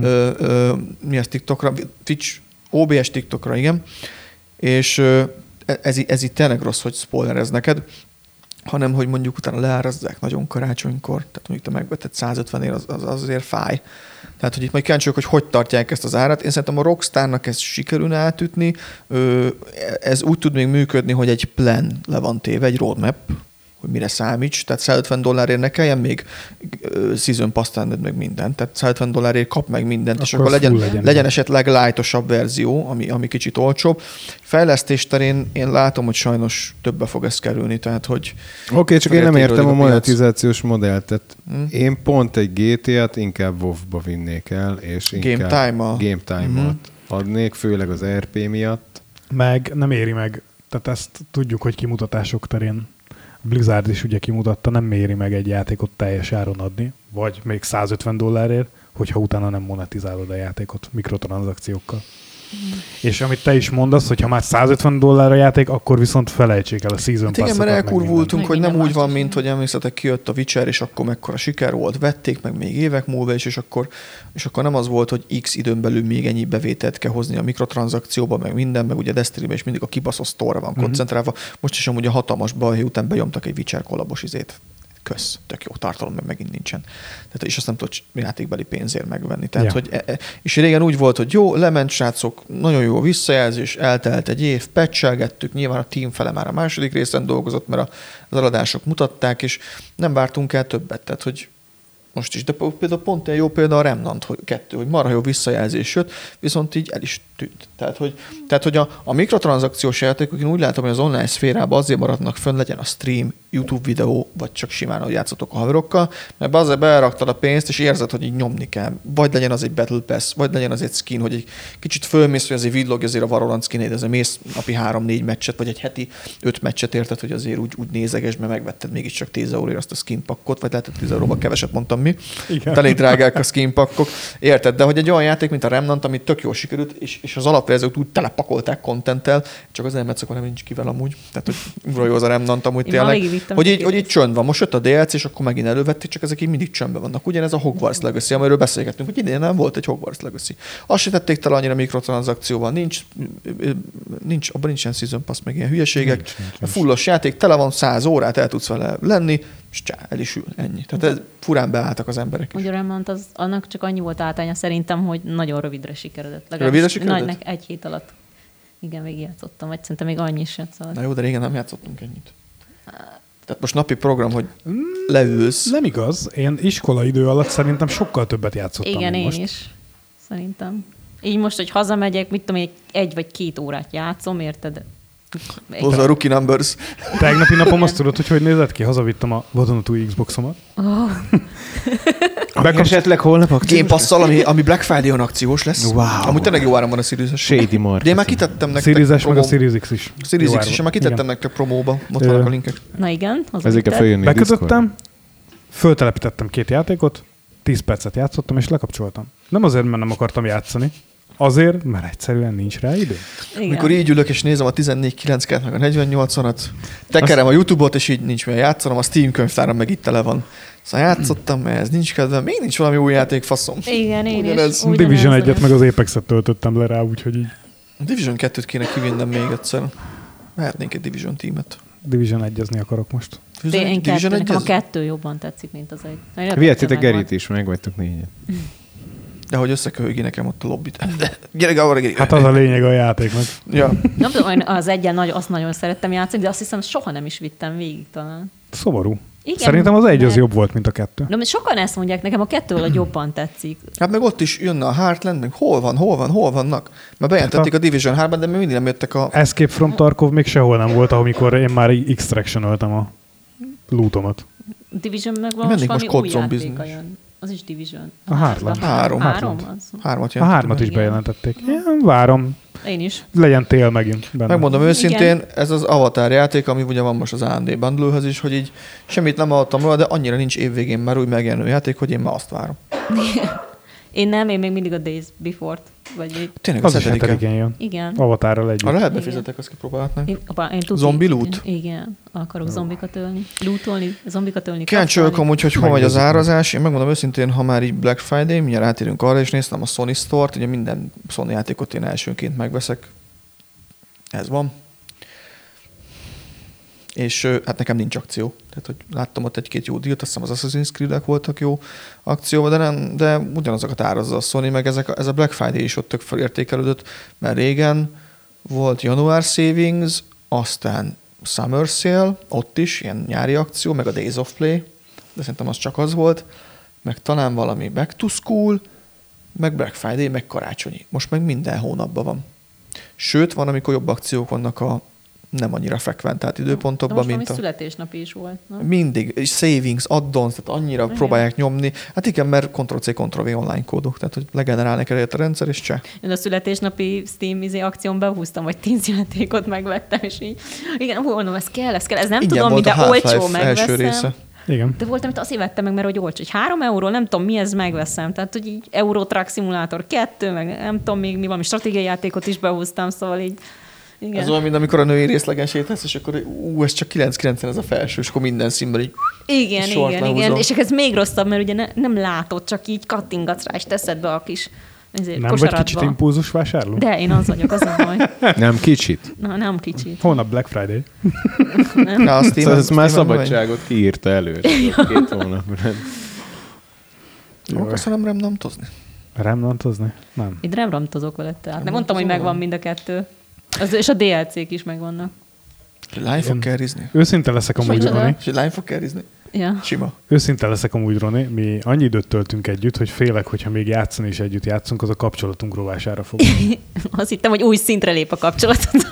Mi az TikTokra? Twitch, OBS TikTokra, igen. És ez itt tényleg rossz, hogy spoilerez neked, hanem hogy mondjuk utána leárazzák nagyon karácsonykor, tehát mondjuk te megvetted 150-ért, az azért fáj. Tehát, hogy itt majd kíváncsiak, hogy tartják ezt az árat. Én szerintem a Rockstarnak ezt sikerülne átütni. Ez úgy tud még működni, hogy egy plan le van téve, egy roadmap, hogy mire számíts. Tehát $150 ne kelljen még season pass-tenned meg mindent. Tehát $150 kap meg mindent, és akkor legyen esetleg lightosabb verzió, ami kicsit olcsóbb. Fejlesztés terén én látom, hogy sajnos többe fog ez kerülni. Tehát, hogy Oké, csak én nem értem a monetizációs modellt. Tehát én pont egy GTA-t inkább WoW-ba vinnék el, és inkább game time-ot adnék, főleg az RP miatt. Meg nem éri meg. Tehát ezt tudjuk, hogy kimutatások terén Blizzard is ugye kimutatta, nem méri meg egy játékot teljes áron adni, vagy még $150, hogyha utána nem monetizálod a játékot mikrotranszakciókkal. És amit te is mondasz, hogy ha már $150 a játék, akkor viszont felejtsék el a season passokat. Igen, mert elkurvultunk, hogy nem úgy van, mint hogy emlékszetek, kijött a Witcher, és akkor mekkora siker volt, vették meg még évek múlva is, és akkor nem az volt, hogy X időn belül még ennyi bevételt kell hozni a mikrotranszakcióba, meg minden, meg ugye Destiny-ben is mindig a kibaszott sztorra van koncentrálva. Most is amúgy a hatalmas balhé után bejomtak egy Witcher kollabos izét. Kösz, tök jó tartalom, meg megint nincsen. Tehát, és azt nem tudod játékbeli pénzért megvenni. Tehát, hogy, és régen úgy volt, hogy jó, lement srácok, nagyon jó visszajelzés, eltelt egy év, patchelgettük, nyilván a team fele már a második részen dolgozott, mert az eladások mutatták, és nem vártunk el többet. Tehát, hogy most is, de például pont egy jó példa a Remnant 2, hogy marha jó visszajelzés jött, viszont így el is tűnt. Tehát, hogy a mikrotranszakciós játékok, én úgy látom, hogy az online szférában azért maradnak fönn, legyen a stream, YouTube videó, vagy csak simán, hogy játszotok a haverokkal, mert azért beleraktad a pénzt, és érzed, hogy így nyomni kell. Vagy legyen az egy Battle Pass, vagy legyen az egy skin, hogy egy kicsit fölmész, hogy azért villog azért a Valorant skinét, azért mész napi 3-4 meccset, vagy egy heti 5 meccset érted, hogy azért úgy nézeges, mert megvetted mégiscsak 10 euróért azt a skin pakkot, vagy lehet, hogy 10 euróba keveset mondtam mi. Elég drágák a skin pakkok. Érted? De hogy egy olyan játék, mint a Remnant, ami tök jól sikerült, és az alapverziót úgy telepakolták contenttel, csak az nem akkor nem nincs kivel amúgy. Tehát, hogy jó az a Remnant amúgy tényleg. Hogy így csönd van. Most jött a DLC, és akkor megint elővették, csak ezek így mindig csöndben vannak. Ugyanez a Hogwarts Legacy, amiről beszélgettünk, hogy idén nem volt egy Hogwarts Legacy. Azt se tették tele annyira mikrotranszakcióval, abban nincsen season pass, meg ilyen hülyeségek. Nincs. Fullos játék, tele van 100 órát, el tudsz vele lenni, és el is ül, ennyi. Tehát furán beálltak az emberek is. Ugye Remnant, annak csak annyi volt áltánya szerintem, hogy nagyon rövidre sikeredett. Rövidre sikeredett? Nagy, egy hét alatt. Igen, végigjátszottam, vagy szerintem még annyi sem. Szóval. Na jó, de régen nem játszottunk ennyit. Tehát most napi program, hogy leülsz. Nem igaz. Én iskolaidő alatt szerintem sokkal többet játszottam. Igen, én most. is. Szerintem. Így most, hogy hazamegyek, mit tudom, egy vagy 2 órát játszom, érted? Az a rookie numbers. Tegnapi napom azt tudod, hogy nézett ki? Hazavittem a vadonatúj Xboxomat. Esetleg holnap Game Pass-szal, ami Black Friday-on akciós lesz. Wow. Amúgy tényleg jó áram van a Series-es. Shady marketing. De én már kitettem nektek Series-es meg a Series X is. Series X is, én már kitettem nektek promóba. Ott vannak a linkek. Na igen. Ezért kell följönni bekötöttem, föltelepítettem 2 játékot, 10 percet játszottam, és lekapcsoltam. Nem azért, mert nem akartam játszani, azért, mert egyszerűen nincs rá idő. Mikor így ülök, és nézem a 14.9-ket, meg a 48-at, tekerem a YouTube-ot, és így nincs mivel játszanom, a Steam könyvtáram meg itt tele van Szóval játszottam, mert ez nincs kedvem, még nincs valami új játék, faszom. Igen, én Ugyanez. is. Division 1-et meg az Apex-et töltöttem le rá, úgyhogy így A Division 2-t kéne kivinnem még egyszer. Mehetnénk egy Division teamet. Division 1-ezni akarok most. Én kettő, nekem a ez? 2 jobban tetszik, mint az egy. Vihetitek Gerit is, meg vagytok 4-et. De hogy összekölgi nekem ott a lobbit. Gyere, Gavara, gyere. Hát az a lényeg a játéknak. Ja. Nem tudom, én az egyen azt nagyon szerettem játszani, de azt hiszem, soha nem is vittem végig talán. Szomorú. Igen, Szerintem az 1 az mert- jobb volt, mint a 2. De sokan ezt mondják, nekem a 2 a jobban tetszik. Hát meg ott is jönne a Heartland, meg hol vannak. Mert bejelentették a Division 3-ban, de még mindig nem jöttek a... Escape from Tarkov még sehol nem volt, amikor én már extraction-öltem a lootomat. Division meg Mennék valami most új Code Zombies játéka is. jön. Az is Division. A Heartland. Három. Három? Az. 3-at A 3-at is Igen. bejelentették. Én várom. Én is. Legyen tél megint benne. Megmondom Igen. őszintén, ez az Avatar játék, ami ugye van most az AMD Bundle-höz is, hogy így semmit nem hallottam róla, de annyira nincs évvégén már új megjelenő játék, hogy én már azt várom. Én nem, én még mindig a Days Before-t. Vagy így. Tényleg Az a is 7-en. 7-én jön. Igen. Avatarral együtt. Arra lehet Igen. befizetek, azt kipróbálhatnánk. Én tudjuk. Zombi loot? Igen. Akarok zombikat ölni. Lootolni, zombikat ölni. Kíváncsi vagyok kapszolni. amúgy, hogy hol megy az Megnézzük meg. árazás. Én megmondom őszintén, ha már így Black Friday, mindjárt átérünk arra, és néztem a Sony Store-t, ugye minden Sony játékot én elsőként megveszek. Ez van. És hát nekem nincs akció. Tehát, hogy láttam ott egy-két jó dílt, azt hiszem az Assassin's Creed-ek voltak jó akcióban, de ugyanazokat árazza a Sony, meg ez a Black Friday is ott tök felértékelődött, mert régen volt Január Savings, aztán Summer Sale, ott is ilyen nyári akció, meg a Days of Play, de szerintem az csak az volt, meg talán valami Back to School, meg Black Friday, meg karácsonyi. Most meg minden hónapban van. Sőt, van, amikor jobb akciók vannak a nem annyira frekventált De időpontokban, most mint valami a... születésnapi is volt. Nem? Mindig, és savings, add-ons, tehát annyira Igen. próbálják nyomni. Hát igen, mert Ctrl-C, Ctrl-V online kódok, tehát hogy legenerálni kell a rendszer, és cseh. Én a születésnapi Steam akción behúztam, vagy 10 játékot megvettem, és így, igen, mondom, ez kell, ez nem Ingyen tudom, volt minden a olcsó Half-Life első megveszem. része. Igen. De volt, amit azért vettem meg, mert hogy olcsó, hogy 3 euró, nem tudom, mi ez, megveszem. Tehát, hogy így Euro Truck Simulator 2, meg nem tudom még mi, valami stratégiai játékot is behúztam, szóval így, igen. Ez olyan, mint amikor a női részlegen sétálsz, és akkor ez csak 9,90 ez a felső, és akkor minden színben így Igen, sort igen, lehúzol. igen. És ez még rosszabb, mert ugye nem látod, csak így kattingatsz rá, és teszed be a kis Nem vagy kicsit impulzus vásárló? De én az vagyok, az a baj. Nem kicsit. Na, nem kicsit. Holnap Black Friday. Na, a Steam-en- Szóval ez már Steam-en megy. szabadságot kiírta előre. 2 hónapra. Jó, köszönöm remnantozni. Remnantozni? Nem. Itt remramtozok veled, tehát nem Nem mondtam, hogy mondtozol? megvan mind a kettő. És a DLC-k is megvannak. Lány fog carrizni. Őszinte leszek amúgy, Micsoda? Roni. És egy lány fog carrizni. Ja. Sima. Őszinte leszek amúgy, Roni. Mi annyi időt töltünk együtt, hogy félek, hogyha még játszani is együtt játszunk, az a kapcsolatunk rovására fog. Azt hittem, hogy új szintre lép a kapcsolatot.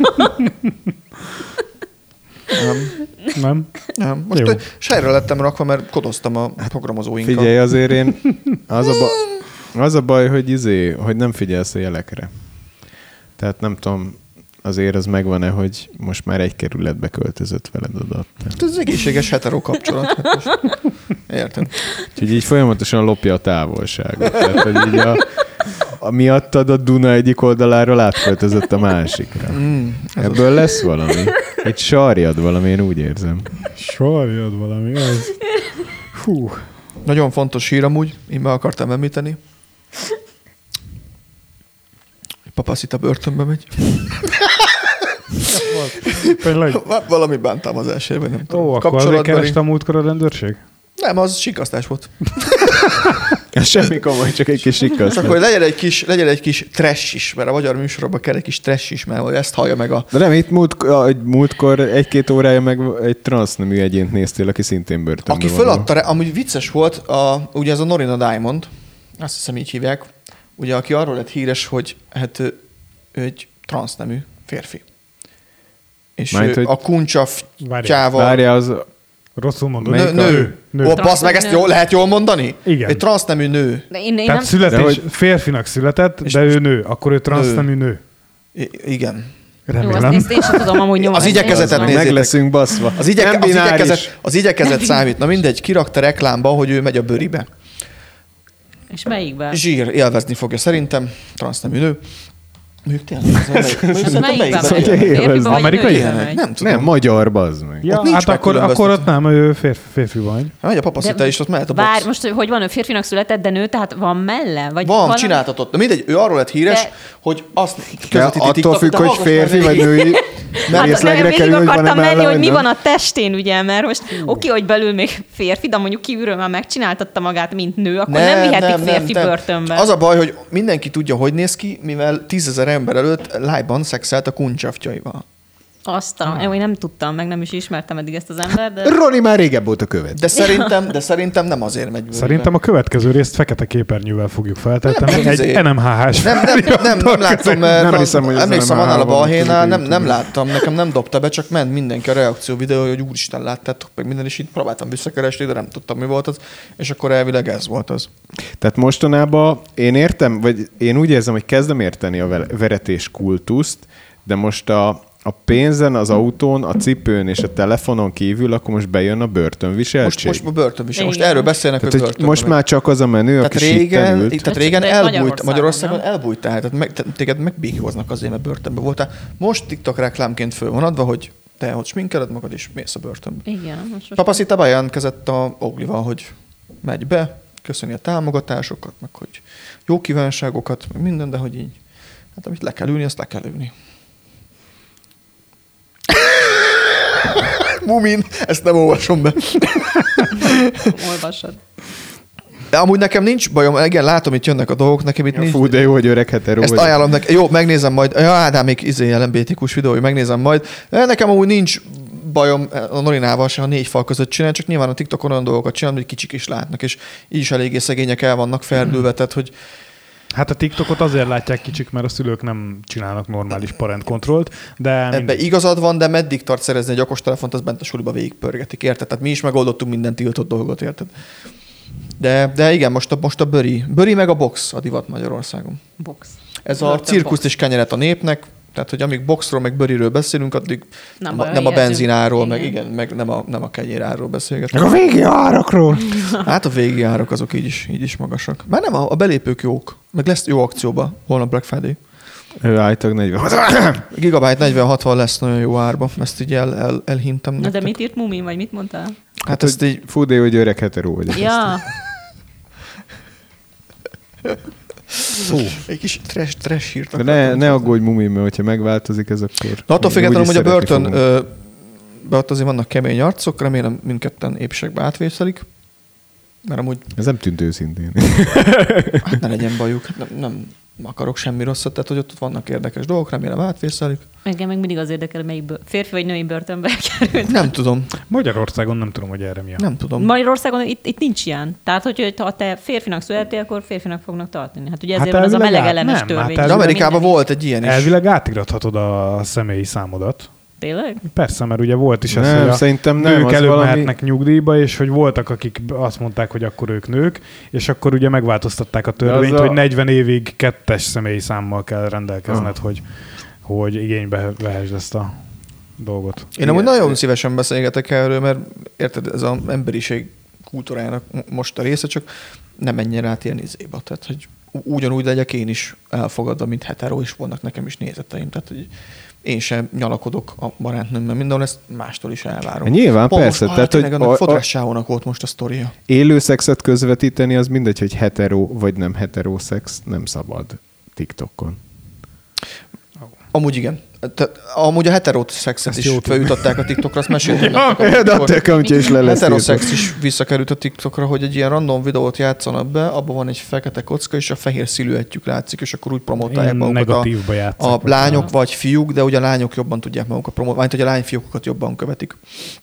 Nem. Nem? Most Jó. sejre lettem rakva, mert kodoztam a programozóinkkal. Figyelj, azért én... Az a baj, hogy nem figyelsz a jelekre. Tehát nem tudom, azért az megvan-e, hogy most már egy kerületbe költözött veled oda. Ez az egészséges hetero kapcsolat. Hát most- Érted? Úgyhogy így folyamatosan lopja a távolságot. Tehát, hogy így a miattad a Duna egyik oldaláról átköltözött a másikra. Ebből lesz valami? Egy sarjad valami, én úgy érzem. Sorjad valami, az. Hú. Nagyon fontos hír amúgy, én be akartam említeni. Papaszita börtönbe megy. Tényleg? Valami bántalmazásért, vagy nem tudom. Ó, akkor azért Kapcsolatbeli- kereste a múltkor a rendőrség? Nem, az sikasztás volt. Ez semmi komoly, csak egy kis sikkasz. Csak hogy legyen egy kis trash is, mert a magyar műsorokban kell egy kis trash is, mert hogy ezt hallja meg a... De nem, itt múltkor 1-2 órája meg egy transznemű egyént néztél, aki szintén börtönben Aki föladta, amúgy vicces volt, ugye ez a Norina Diamond, azt hiszem így hívják, ugye aki arról lett híres, hogy hát ő egy transznemű férfi. És Mármint, hogy- a kuncsa tyával... Várjál, az... Rosszul mondod. Nő. Nő. Ó, bassz meg, ezt lehet jól mondani? Igen. Egy transznemű nő. De én Tehát nem... születés, De hogy- férfinak született, És de most- ő nő. Akkor ő transznemű nő. Igen. Jó, Remélem. ezt én sem tudom amúgy nyomni. Az igyekezetet Én- nézzétek. meg leszünk baszva. Az, Nem bináris. igyekezet számít. Na mindegy, kirakta reklámba, hogy ő megy a bőribe. És melyikben? Zsír, élvezni fogja szerintem, transznemű nő. Mondjuk tényleg. Melyikben Hogy megy? élvezd. Férfiba vagy Amerikai? nőibe megy? Nem tudom. Nem, magyar, bazd meg. Ja, Ott nincs hát akkor megkülönböztető. ott nem, ő férfi vagy. Megy a papaszita is, ott mehet a box. Várj, most hogy van, ő férfinak született, de nő, tehát van melle? Vagy Van, valami- csináltatott. De mindegy, ő arról lett híres, De- hogy azt De közvetíti attól TikTokon, függ, de hogy hallgass férfi már vagy végig. női Hát részlegre végig kerül, hogy van-e akartam menni, melle, hogy vagy mi nem. van a testén, ugye, mert most oké, hogy belül még férfi, de mondjuk kívülről már megcsináltatta magát, mint nő, akkor nem vihetik férfi börtönbe. Az a baj, hogy mindenki tudja, hogy néz ki, mivel 10 000 ember előtt live-ban szexelt a kuncsaftjaival. Én nem tudtam, meg nem is ismertem eddig ezt az embert, de... Roni már régebb óta követ. De szerintem nem azért megy. Szerintem a következő részt fekete képernyővel fogjuk feltölteni. Nem, Egy NMHH-s. Nem láttam, mert Nem hiszem, hogy ez emlékszem nem annál a van balhénál, YouTube-on. nem láttam, nekem nem dobta be, csak ment mindenki a reakció videó, hogy úristen, láttátok meg minden, és így próbáltam visszakeresni, de nem tudtam, mi volt az, és akkor elvileg ez volt az. Tehát mostanában én értem, vagy én úgy érzem, hogy kezdem érteni a veretés kultuszt, de most a pénzen, az autón, a cipőn és a telefonon kívül, akkor most bejön a börtönviseltség. Most a börtönvisel. Most Igen. erről beszélnek, Tehát, hogy hogy börtönbe most megy. már csak az a menő, Tehát aki sitten ült. tehát régen De ez elbújt, Magyarországon, Magyarországon nem? elbújtál, tehát téged megbékjóznak azért, mert börtönbe voltál. Most TikTok reklámként föl van adva, hogy te ott sminkeled magad, és mész a börtönbe. Igen, most Papaszita bejelentkezett a Oglival, hogy megy be, köszöni a támogatásokat, meg hogy jó kívánságokat, meg minden, de hogy így, hát amit le kell ülni, azt le kell ülni. Mumin, ezt nem olvasom be. olvassad. De amúgy nekem nincs bajom, igen, látom, itt jönnek a dolgok, nekem itt nincs. Fú, de jó, hogy öreg hetero Ezt vagy. ajánlom neki. Jó, megnézem majd. Ja, Ádám még LMBTQ-s videó, hogy megnézem majd. De nekem amúgy nincs bajom a Norinával se, ha 4 fal között csinál, csak nyilván a TikTokon olyan dolgokat csinál, hogy kicsik is látnak, és így is eléggé szegények el vannak ferdülve, tehát hogy Hát a TikTokot azért látják kicsik, mert a szülők nem csinálnak normális parentkontrollt, de ebbe igazad van, de meddig tart szerezni egy okostelefont, az bent a suliba végigpörgetik, érted? Tehát mi is megoldottunk minden tiltott dolgot, érted? De igen, most a Böri meg a box a divat Magyarországon. Box. Ez a Börtön cirkuszt box. és kenyeret a népnek, tehát hogy amíg boxról meg Böriről beszélünk, addig Nem nem baj, a érzünk. benzináról, meg Igen. igen, meg nem a kenyéráról Meg beszélgetünk. a végi árakról. Hát a végi árak azok így is magasak. Már nem, a belépők jók. Meg lesz jó akcióba, holnap Black Friday. Ő állítólag 40. Gigabyte 40-60 lesz nagyon jó árba. Ezt így elhintem Na de nektek. mit írt Mumin, vagy mit mondtál? Hát ezt így... Fú, de jó, hogy öreg hetero vagy. Ja, Egy kis trash hírt. De ne aggódj, Mumi, mert hogyha megváltozik ez, akkor... Na attól függetlenül, hogy a úgyis szeretni börtön, fogunk. ott azért vannak kemény arcok, remélem mindketten épségbe átvészelik. Mert amúgy Ez nem tűnt őszintén. hát ne legyen bajuk, nem akarok semmi rosszat, tehát hogy ott vannak érdekes dolgok, remélem átvészelik. engem meg mindig az érdekel, melyik férfi vagy női börtönbe került. Nem tudom, Magyarországon nem tudom, hogy erre mi a. nem tudom. Magyarországon itt nincs ilyen. Tehát, hogy ha te férfinak születtél, akkor férfinak fognak tartani. Hát ugye Hát ezért van az a elvileg melegellenes nem, törvény. hát De Amerikában Minden- volt egy ilyen is. Elvileg átirathatod a személyi számodat. Tényleg? Persze, mert ugye volt is ez, Nem, hogy a szerintem nem, nők az előbb valami- mehetnek nyugdíjba, és hogy voltak, akik azt mondták, hogy akkor ők nők, és akkor ugye megváltoztatták a törvényt, az a- hogy 40 évig 2-es személyi számmal kell rendelkezned, hogy igénybe vehesd ezt a dolgot. Én amúgy nagyon szívesen beszélgetek erről, mert érted, ez az emberiség kultúrájának most a része, csak nem menjen át ilyen izéba. Tehát, hogy ugyanúgy legyek én is elfogadva, mint hetero, és vannak nekem is nézeteim. Tehát, hogy én sem nyalakodok a barátnőmmel mindenhol, ezt mástól is elvárom. Nyilván, Pont persze, Most, tehát, tényleg, hogy annak a- Fodrás Sávónak volt most a sztoria. Élő szexet közvetíteni, az mindegy, hogy hetero vagy nem hetero szex, nem szabad TikTokon. Amúgy igen. Amúgy a heteroszexet Ezt is jó tudni. feljutatták a TikTokra, azt meséltem. De a tekamtya is le lesz. Heteroszex is visszakerült a TikTokra, hogy egy ilyen random videót játszanak be, abban van egy fekete kocka, és a fehér sziluettjük látszik, és akkor úgy promotálják Ilyen magukat negatívba játszák. a lányok vagy fiúk, de ugye a lányok jobban tudják magukat promotálni, hogy a lányfiúkokat jobban követik.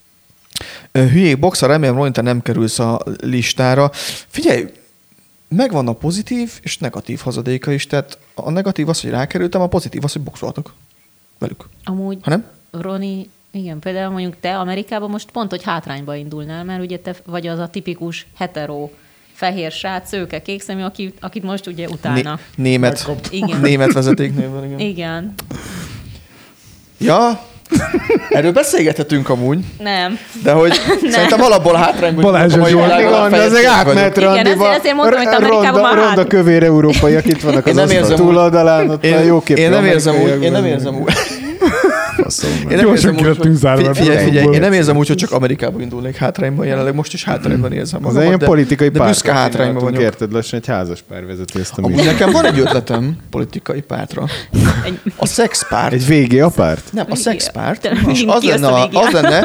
Hülyék boxa, remélem, Roni, te nem kerülsz a listára. Figyelj, megvan a pozitív és negatív hazadéka is, tehát a negatív az, hogy rákerültem, a pozitív az, hogy boxoltok velük. Amúgy, Ha nem? Roni, igen, például mondjuk te Amerikában most pont, hogy hátrányba indulnál, mert ugye te vagy az a tipikus hetero fehér srác, szőke, kékszemű, akit most ugye utána. Német. Igen. Német vezetéknévvel, igen. Igen. Ja, Erről beszélgethetünk amúgy, Nem. de hogy szerintem alapból hátrányban Balázs vagyunk a mai Zsolt, világban, Van, ezek fejezték átmehet vagyunk. Igen, randiba. ezért mondtam, hogy Amerikában már Ronda kövér európaiak itt vannak Én az nem asztal érzem túloldalán, ott már jó képű Én nem érzem úgy, amerikaiak én nem vannak. érzem úgy. Faszom meg. Én nem Gyorsan érzem ki úgy, lettünk zárva ebből a figyelj, dologból. én nem érzem úgy, hogy csak Amerikában indulnék hátrányban, jelenleg most is hátrányban érzem Az magamat, ilyen politikai de büszke pártot hátrányban csináltunk, vagyok. érted, lassan egy házas pár vezeti ezt a Amúgy műsort. nekem van egy ötletem politikai pártra. A szexpárt. Egy VGA párt? Nem, a szexpárt. Tényleg, És ki az a végén?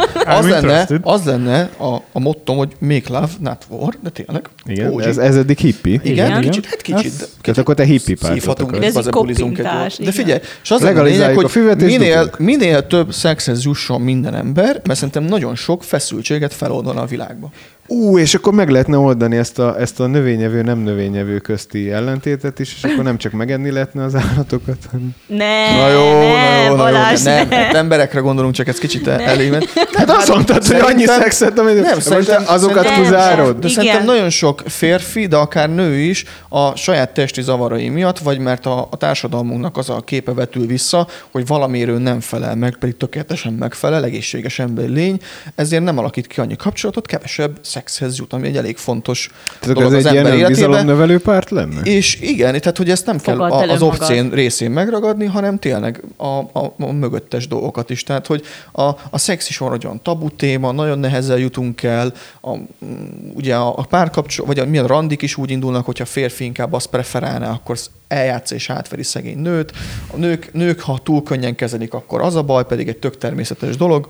az lenne a mottom, hogy make love, not war, de tényleg. Igen, OG. ez eddig hippi. Igen, Igen. kicsit, hát kicsit. Tehát akkor te hippi pártot Szívhatunk, akarsz. De ez így bazebulizunk egy koppintás, jót. De igen. figyelj, és az lenne a lényeg, Legalizáljuk a hogy füvet és minél, dugunk. minél több szexhez jusson minden ember, mert szerintem nagyon sok feszültséget feloldana a világba. És akkor meg lehetne oldani ezt a növényevő, nem növényevő közti ellentétet is, és akkor nem csak megenni lehetne az állatokat, hanem... Na jó, Balázs, nem, hát emberekre gondolunk, csak ez kicsit elég ment. Hát azt mondtad, hogy annyi Szerintem- szexet, amit... Nem, most szerintem- azokat szerintem- húzárod? De Igen. szerintem nagyon sok férfi, de akár nő is a saját testi zavarai miatt, vagy mert a társadalmunknak az a képe vetül vissza, hogy valamiről nem felel meg, pedig tökéletesen megfelel, egészséges emberi lény, ezért nem alakít ki annyi kapcsolatot, kevesebb szexhez jut, ami egy elég fontos Tehát dolog ez az egy ilyen ember életében. önbizalomnövelő párt lenne? És igen, tehát hogy ezt nem kell Fogadd el az önmagad. obszén részén megragadni, hanem tényleg a mögöttes dolgokat is. Tehát, hogy a szex is van egy olyan tabu téma, nagyon nehezen jutunk el, ugye a párkapcsolat, vagy milyen randik is úgy indulnak, hogyha a férfi inkább azt preferálná, akkor eljátsza és átveri szegény nőt. A nők, ha túl könnyen kezelik, akkor az a baj, pedig egy tök természetes dolog.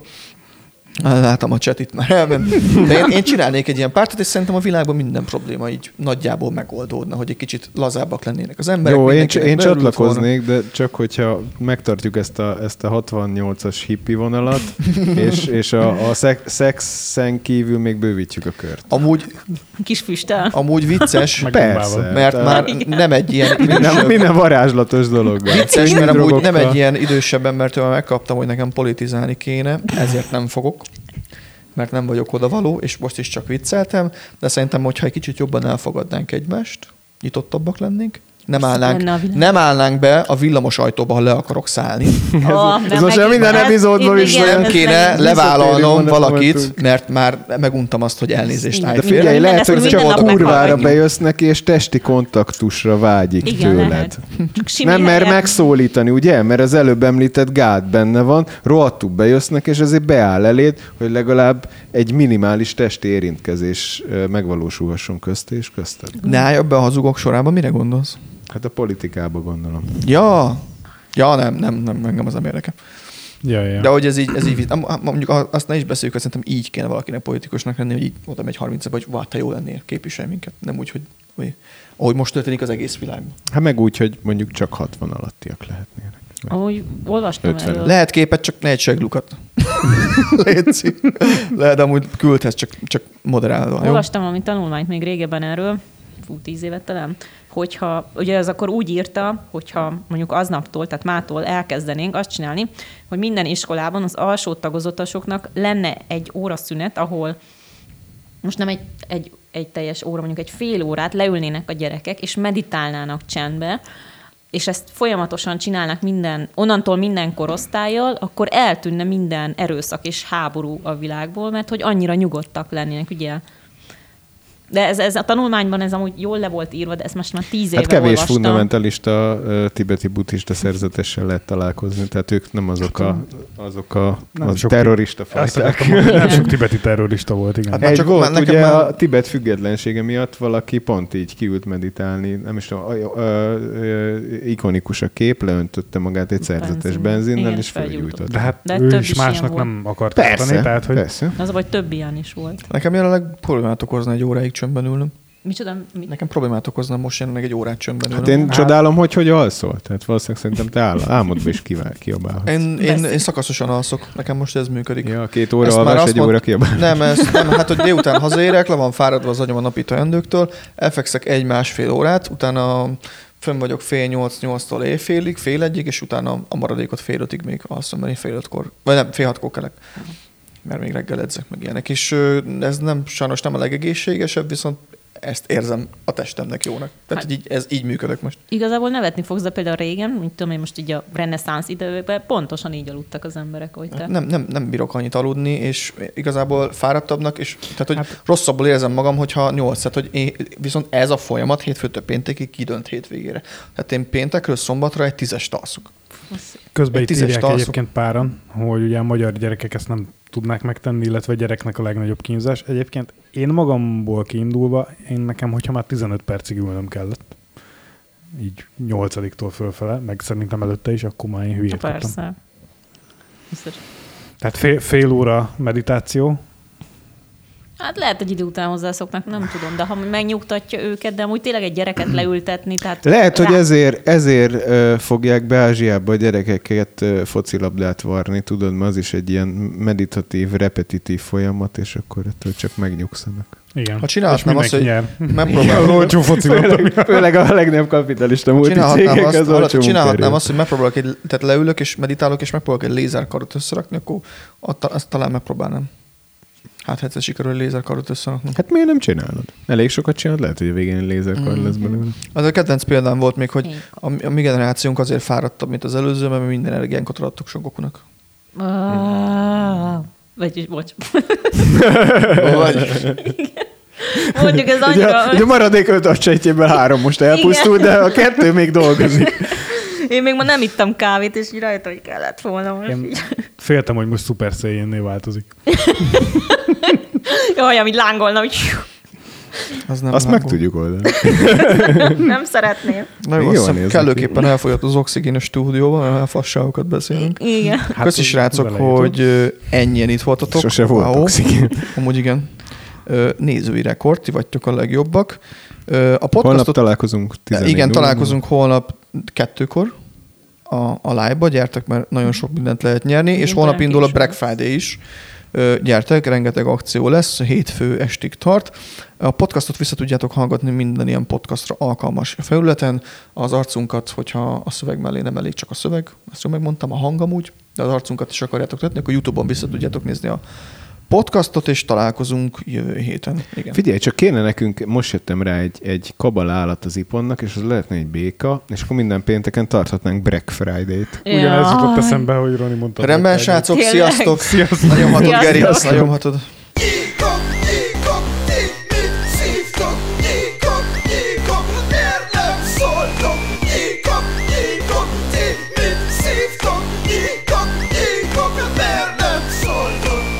Látom a chat itt már elment. De én csinálnék egy ilyen pártot, és szerintem a világban minden probléma így nagyjából megoldódna, hogy egy kicsit lazábbak lennének az emberek. Jó, én mindenkinek beörült csatlakoznék, de csak hogyha megtartjuk ezt a 68-as hippi vonalat, és a szexen kívül még bővítjük a kört. volna. Kis füsttel. Amúgy vicces, Persze. mert Tehát már nem egy ilyen idősebb, minden varázslatos dolog. vicces, mert amúgy nem Drogokkal. egy ilyen idősebb embertől megkaptam, hogy nekem politizálni kéne, ezért nem fogok, mert nem vagyok odavaló, és most is csak vicceltem, de szerintem, hogyha egy kicsit jobban elfogadnánk egymást, nyitottabbak lennénk, nem állnánk be a villamos ajtóba, ha le akarok szállni. ez most már minden epizódban is Nem olyan kéne levállalnom Visszatérünk valakit, voltunk. mert már meguntam azt, hogy elnézést Igen. állj De félre. figyelj, Minden lehet, lesz, hogy minden csak nap kurvára meghallgatjuk. bejössz neki, és testi kontaktusra vágyik Igen, tőled. lehet. Csak simi Nem mer helyen. megszólítani, ugye? Mert az előbb említett gát benne van, rohadtul bejössz neki, és azért beáll eléd, hogy legalább egy minimális testi érintkezés megvalósulhasson közt és közted. Ne állj ebbe a hazugok sorába, mire gondolsz? Hát a politikába gondolom. Ja, nem, engem az nem érdekel. Ja. De hogy ez így mondjuk azt ne is beszéljük, hogy szerintem így kéne valakinek politikusnak lenni, hogy így oda megy 30 vagy te jó lennél, képviselj minket. Nem úgy, hogy ahogy most történik az egész világban. Hát meg úgy, hogy mondjuk csak 60 alattiak lehetnének. Ahogy olvastam 50. erről. Lehet képet, csak ne egy seglukat. Léci. Lehet amúgy küldhetsz, csak moderálva. Jó? Olvastam valami tanulmányt még régebben erről, 10 évet talán, hogyha, ugye ez akkor úgy írta, hogyha mondjuk aznaptól, tehát mától elkezdenénk azt csinálni, hogy minden iskolában az alsó tagozatasoknak lenne egy óraszünet, ahol most nem egy teljes óra, mondjuk egy fél órát leülnének a gyerekek, és meditálnának csendbe, és ezt folyamatosan csinálnak onnantól minden korosztállyal, akkor eltűnne minden erőszak és háború a világból, mert hogy annyira nyugodtak lennének, ugye? De ez a tanulmányban ez amúgy jól le volt írva, de ezt most már 10 éve Hát kevés olvastam. fundamentalista tibeti buddhista szerzetessel lehet találkozni, tehát ők nem azok a Nem sok terrorista Azt fajták. akartam mondani, nem sok tibeti terrorista volt, igen. Hát Egy csak volt, nekem ugye már- a Tibet függetlensége miatt valaki pont így kiült meditálni, nem is tudom, ikonikus a kép, leöntötte magát egy szerzetes Benzin. benzinnel, Igen, és felgyújtott. felgyújtott. De hát De ő több is is ilyen másnak volt. nem akart Persze, tartani, tehát hogy persze. Az a baj, több ilyen is volt. Nekem jelenleg problémát okozna egy óráig csöndben ülnöm. Micsoda? Nekem problémát okozna most jelenleg egy órát csöndben Hát ülnöm. én csodálom, hogy alszol. Tehát valószínűleg szerintem te álmodba is kiabálhatsz. Én szakaszosan alszok. Nekem most ez működik. Ja, 2 óra Ezt már alvás, azt egy óra mond- kiabálás. Nem, hát hogy délután hazaérek, le van fáradva az agyam a napi teendőktől, elfekszek 1-1,5 órát, utána fönn vagyok fél 8-8-tól éjfélig, fél egyig, és utána a maradékot fél 5-ig még alszom, mert én fél 5-kor, vagy nem, fél 6-kor kelek. Mert még reggel edzek meg ilyenek. És ez nem, sajnos nem a legegészségesebb, viszont ezt érzem a testemnek jónak. Tehát Hát- ez így működök most. Igazából nevetni fogsz, de például régen, mint tudom én most így a reneszánsz időben, pontosan így aludtak az emberek, hogy te. Nem bírok annyit aludni, és igazából fáradtabbnak, és tehát, hogy rosszabbul érzem magam, hogyha 8, tehát, hogy viszont ez a folyamat hétfőtől péntekig kidönt hétvégére. Tehát én péntekről szombatra egy 10-est alszok. Közben Egy itt 10-es írják alszok. egyébként páran, hogy ugye a magyar gyerekek ezt nem tudnák megtenni, illetve a gyereknek a legnagyobb kínzás. Egyébként én magamból kiindulva, nekem, hogyha már 15 percig ülnöm kellett, így 8-tól fölfele, meg szerintem előtte is, akkor már én hülyét kaptam. Persze. Biztos. Tehát fél óra meditáció. Hát lehet, hogy idő után hozzászoknak, nem tudom, de ha megnyugtatja őket, de amúgy tényleg egy gyereket leültetni, tehát... Lehet, hogy ezért fogják be Ázsiába a gyerekeket focilabdát varni, tudod, mert az is egy ilyen meditatív, repetitív folyamat, és akkor ettől csak megnyugszanak. Igen. Ha csinálhatnám És azt, hogy mindenki nyer. megpróbálom... Olcsó focilabda. Főleg a legnagyobb kapitalista multicégek az olcsó Csinálhatnám munkaerő. azt, hogy megpróbálok tehát leülök és meditálok, és megpróbálok egy lézerkarot összerakni, akkor azt talán megpróbálnám. Hát egyszer sikerül egy lézerkarot összerakni. Hát miért nem csinálod? Elég sokat csinálod, lehet, hogy a végén egy lézerkar lesz belőle. Az a kedvenc példám volt még, hogy a mi generációnk azért fáradtabb, mint az előző, mert mi minden energiánkat adtuk Son-Gokunak. Vagy, bocs. Vagy. Mondjuk ez annyira... Ugye a maradék 5 agysejtjéből 3 most elpusztult, de a 2 még dolgozik. Én még ma nem ittam kávét, és így rajta, hogy kellett volna most. Én féltem, hogy most Super Saiyan-nél változik. Jaj, amit lángolna, hogy Az nem Azt meg lángol. tudjuk oldani. nem szeretném. Na jó, Jól azt hiszem, néznek kellőképpen elfogyott az oxigén a stúdióban, mert fasságokat beszélünk. Igen. Hát köszi srácok, belejutott. hogy ennyien itt voltatok. Sose volt Wow. oxigén. Amúgy igen. Nézői rekord, ti vagytok a legjobbak. A Holnap podcastot... találkozunk 14 Igen, órában. találkozunk holnap 2-kor a live-ba, gyertek, mert nagyon sok mindent lehet nyerni, és Minden holnap indul a később. Black Friday is. Gyertek, rengeteg akció lesz, hétfő estig tart. A podcastot vissza tudjátok hallgatni minden ilyen podcastra alkalmas felületen. Az arcunkat, hogyha a szöveg mellé nem elég csak a szöveg, ezt jól megmondtam, a hang amúgy, de az arcunkat is akarjátok tenni, akkor YouTube-on vissza tudjátok nézni a podcastot, és találkozunk jövő héten. Igen. Figyelj, csak kéne nekünk, most jöttem rá egy kabala állat az iponnak, és az lehetne egy béka, és akkor minden pénteken tarthatnánk Black Friday-t. Ugyanez jutott Jaj. eszembe, hogy Roni mondta. Rendben, srácok, Tényleg. sziasztok! Nagyon hatod, Geri, Sziasztok. nagyon hatod.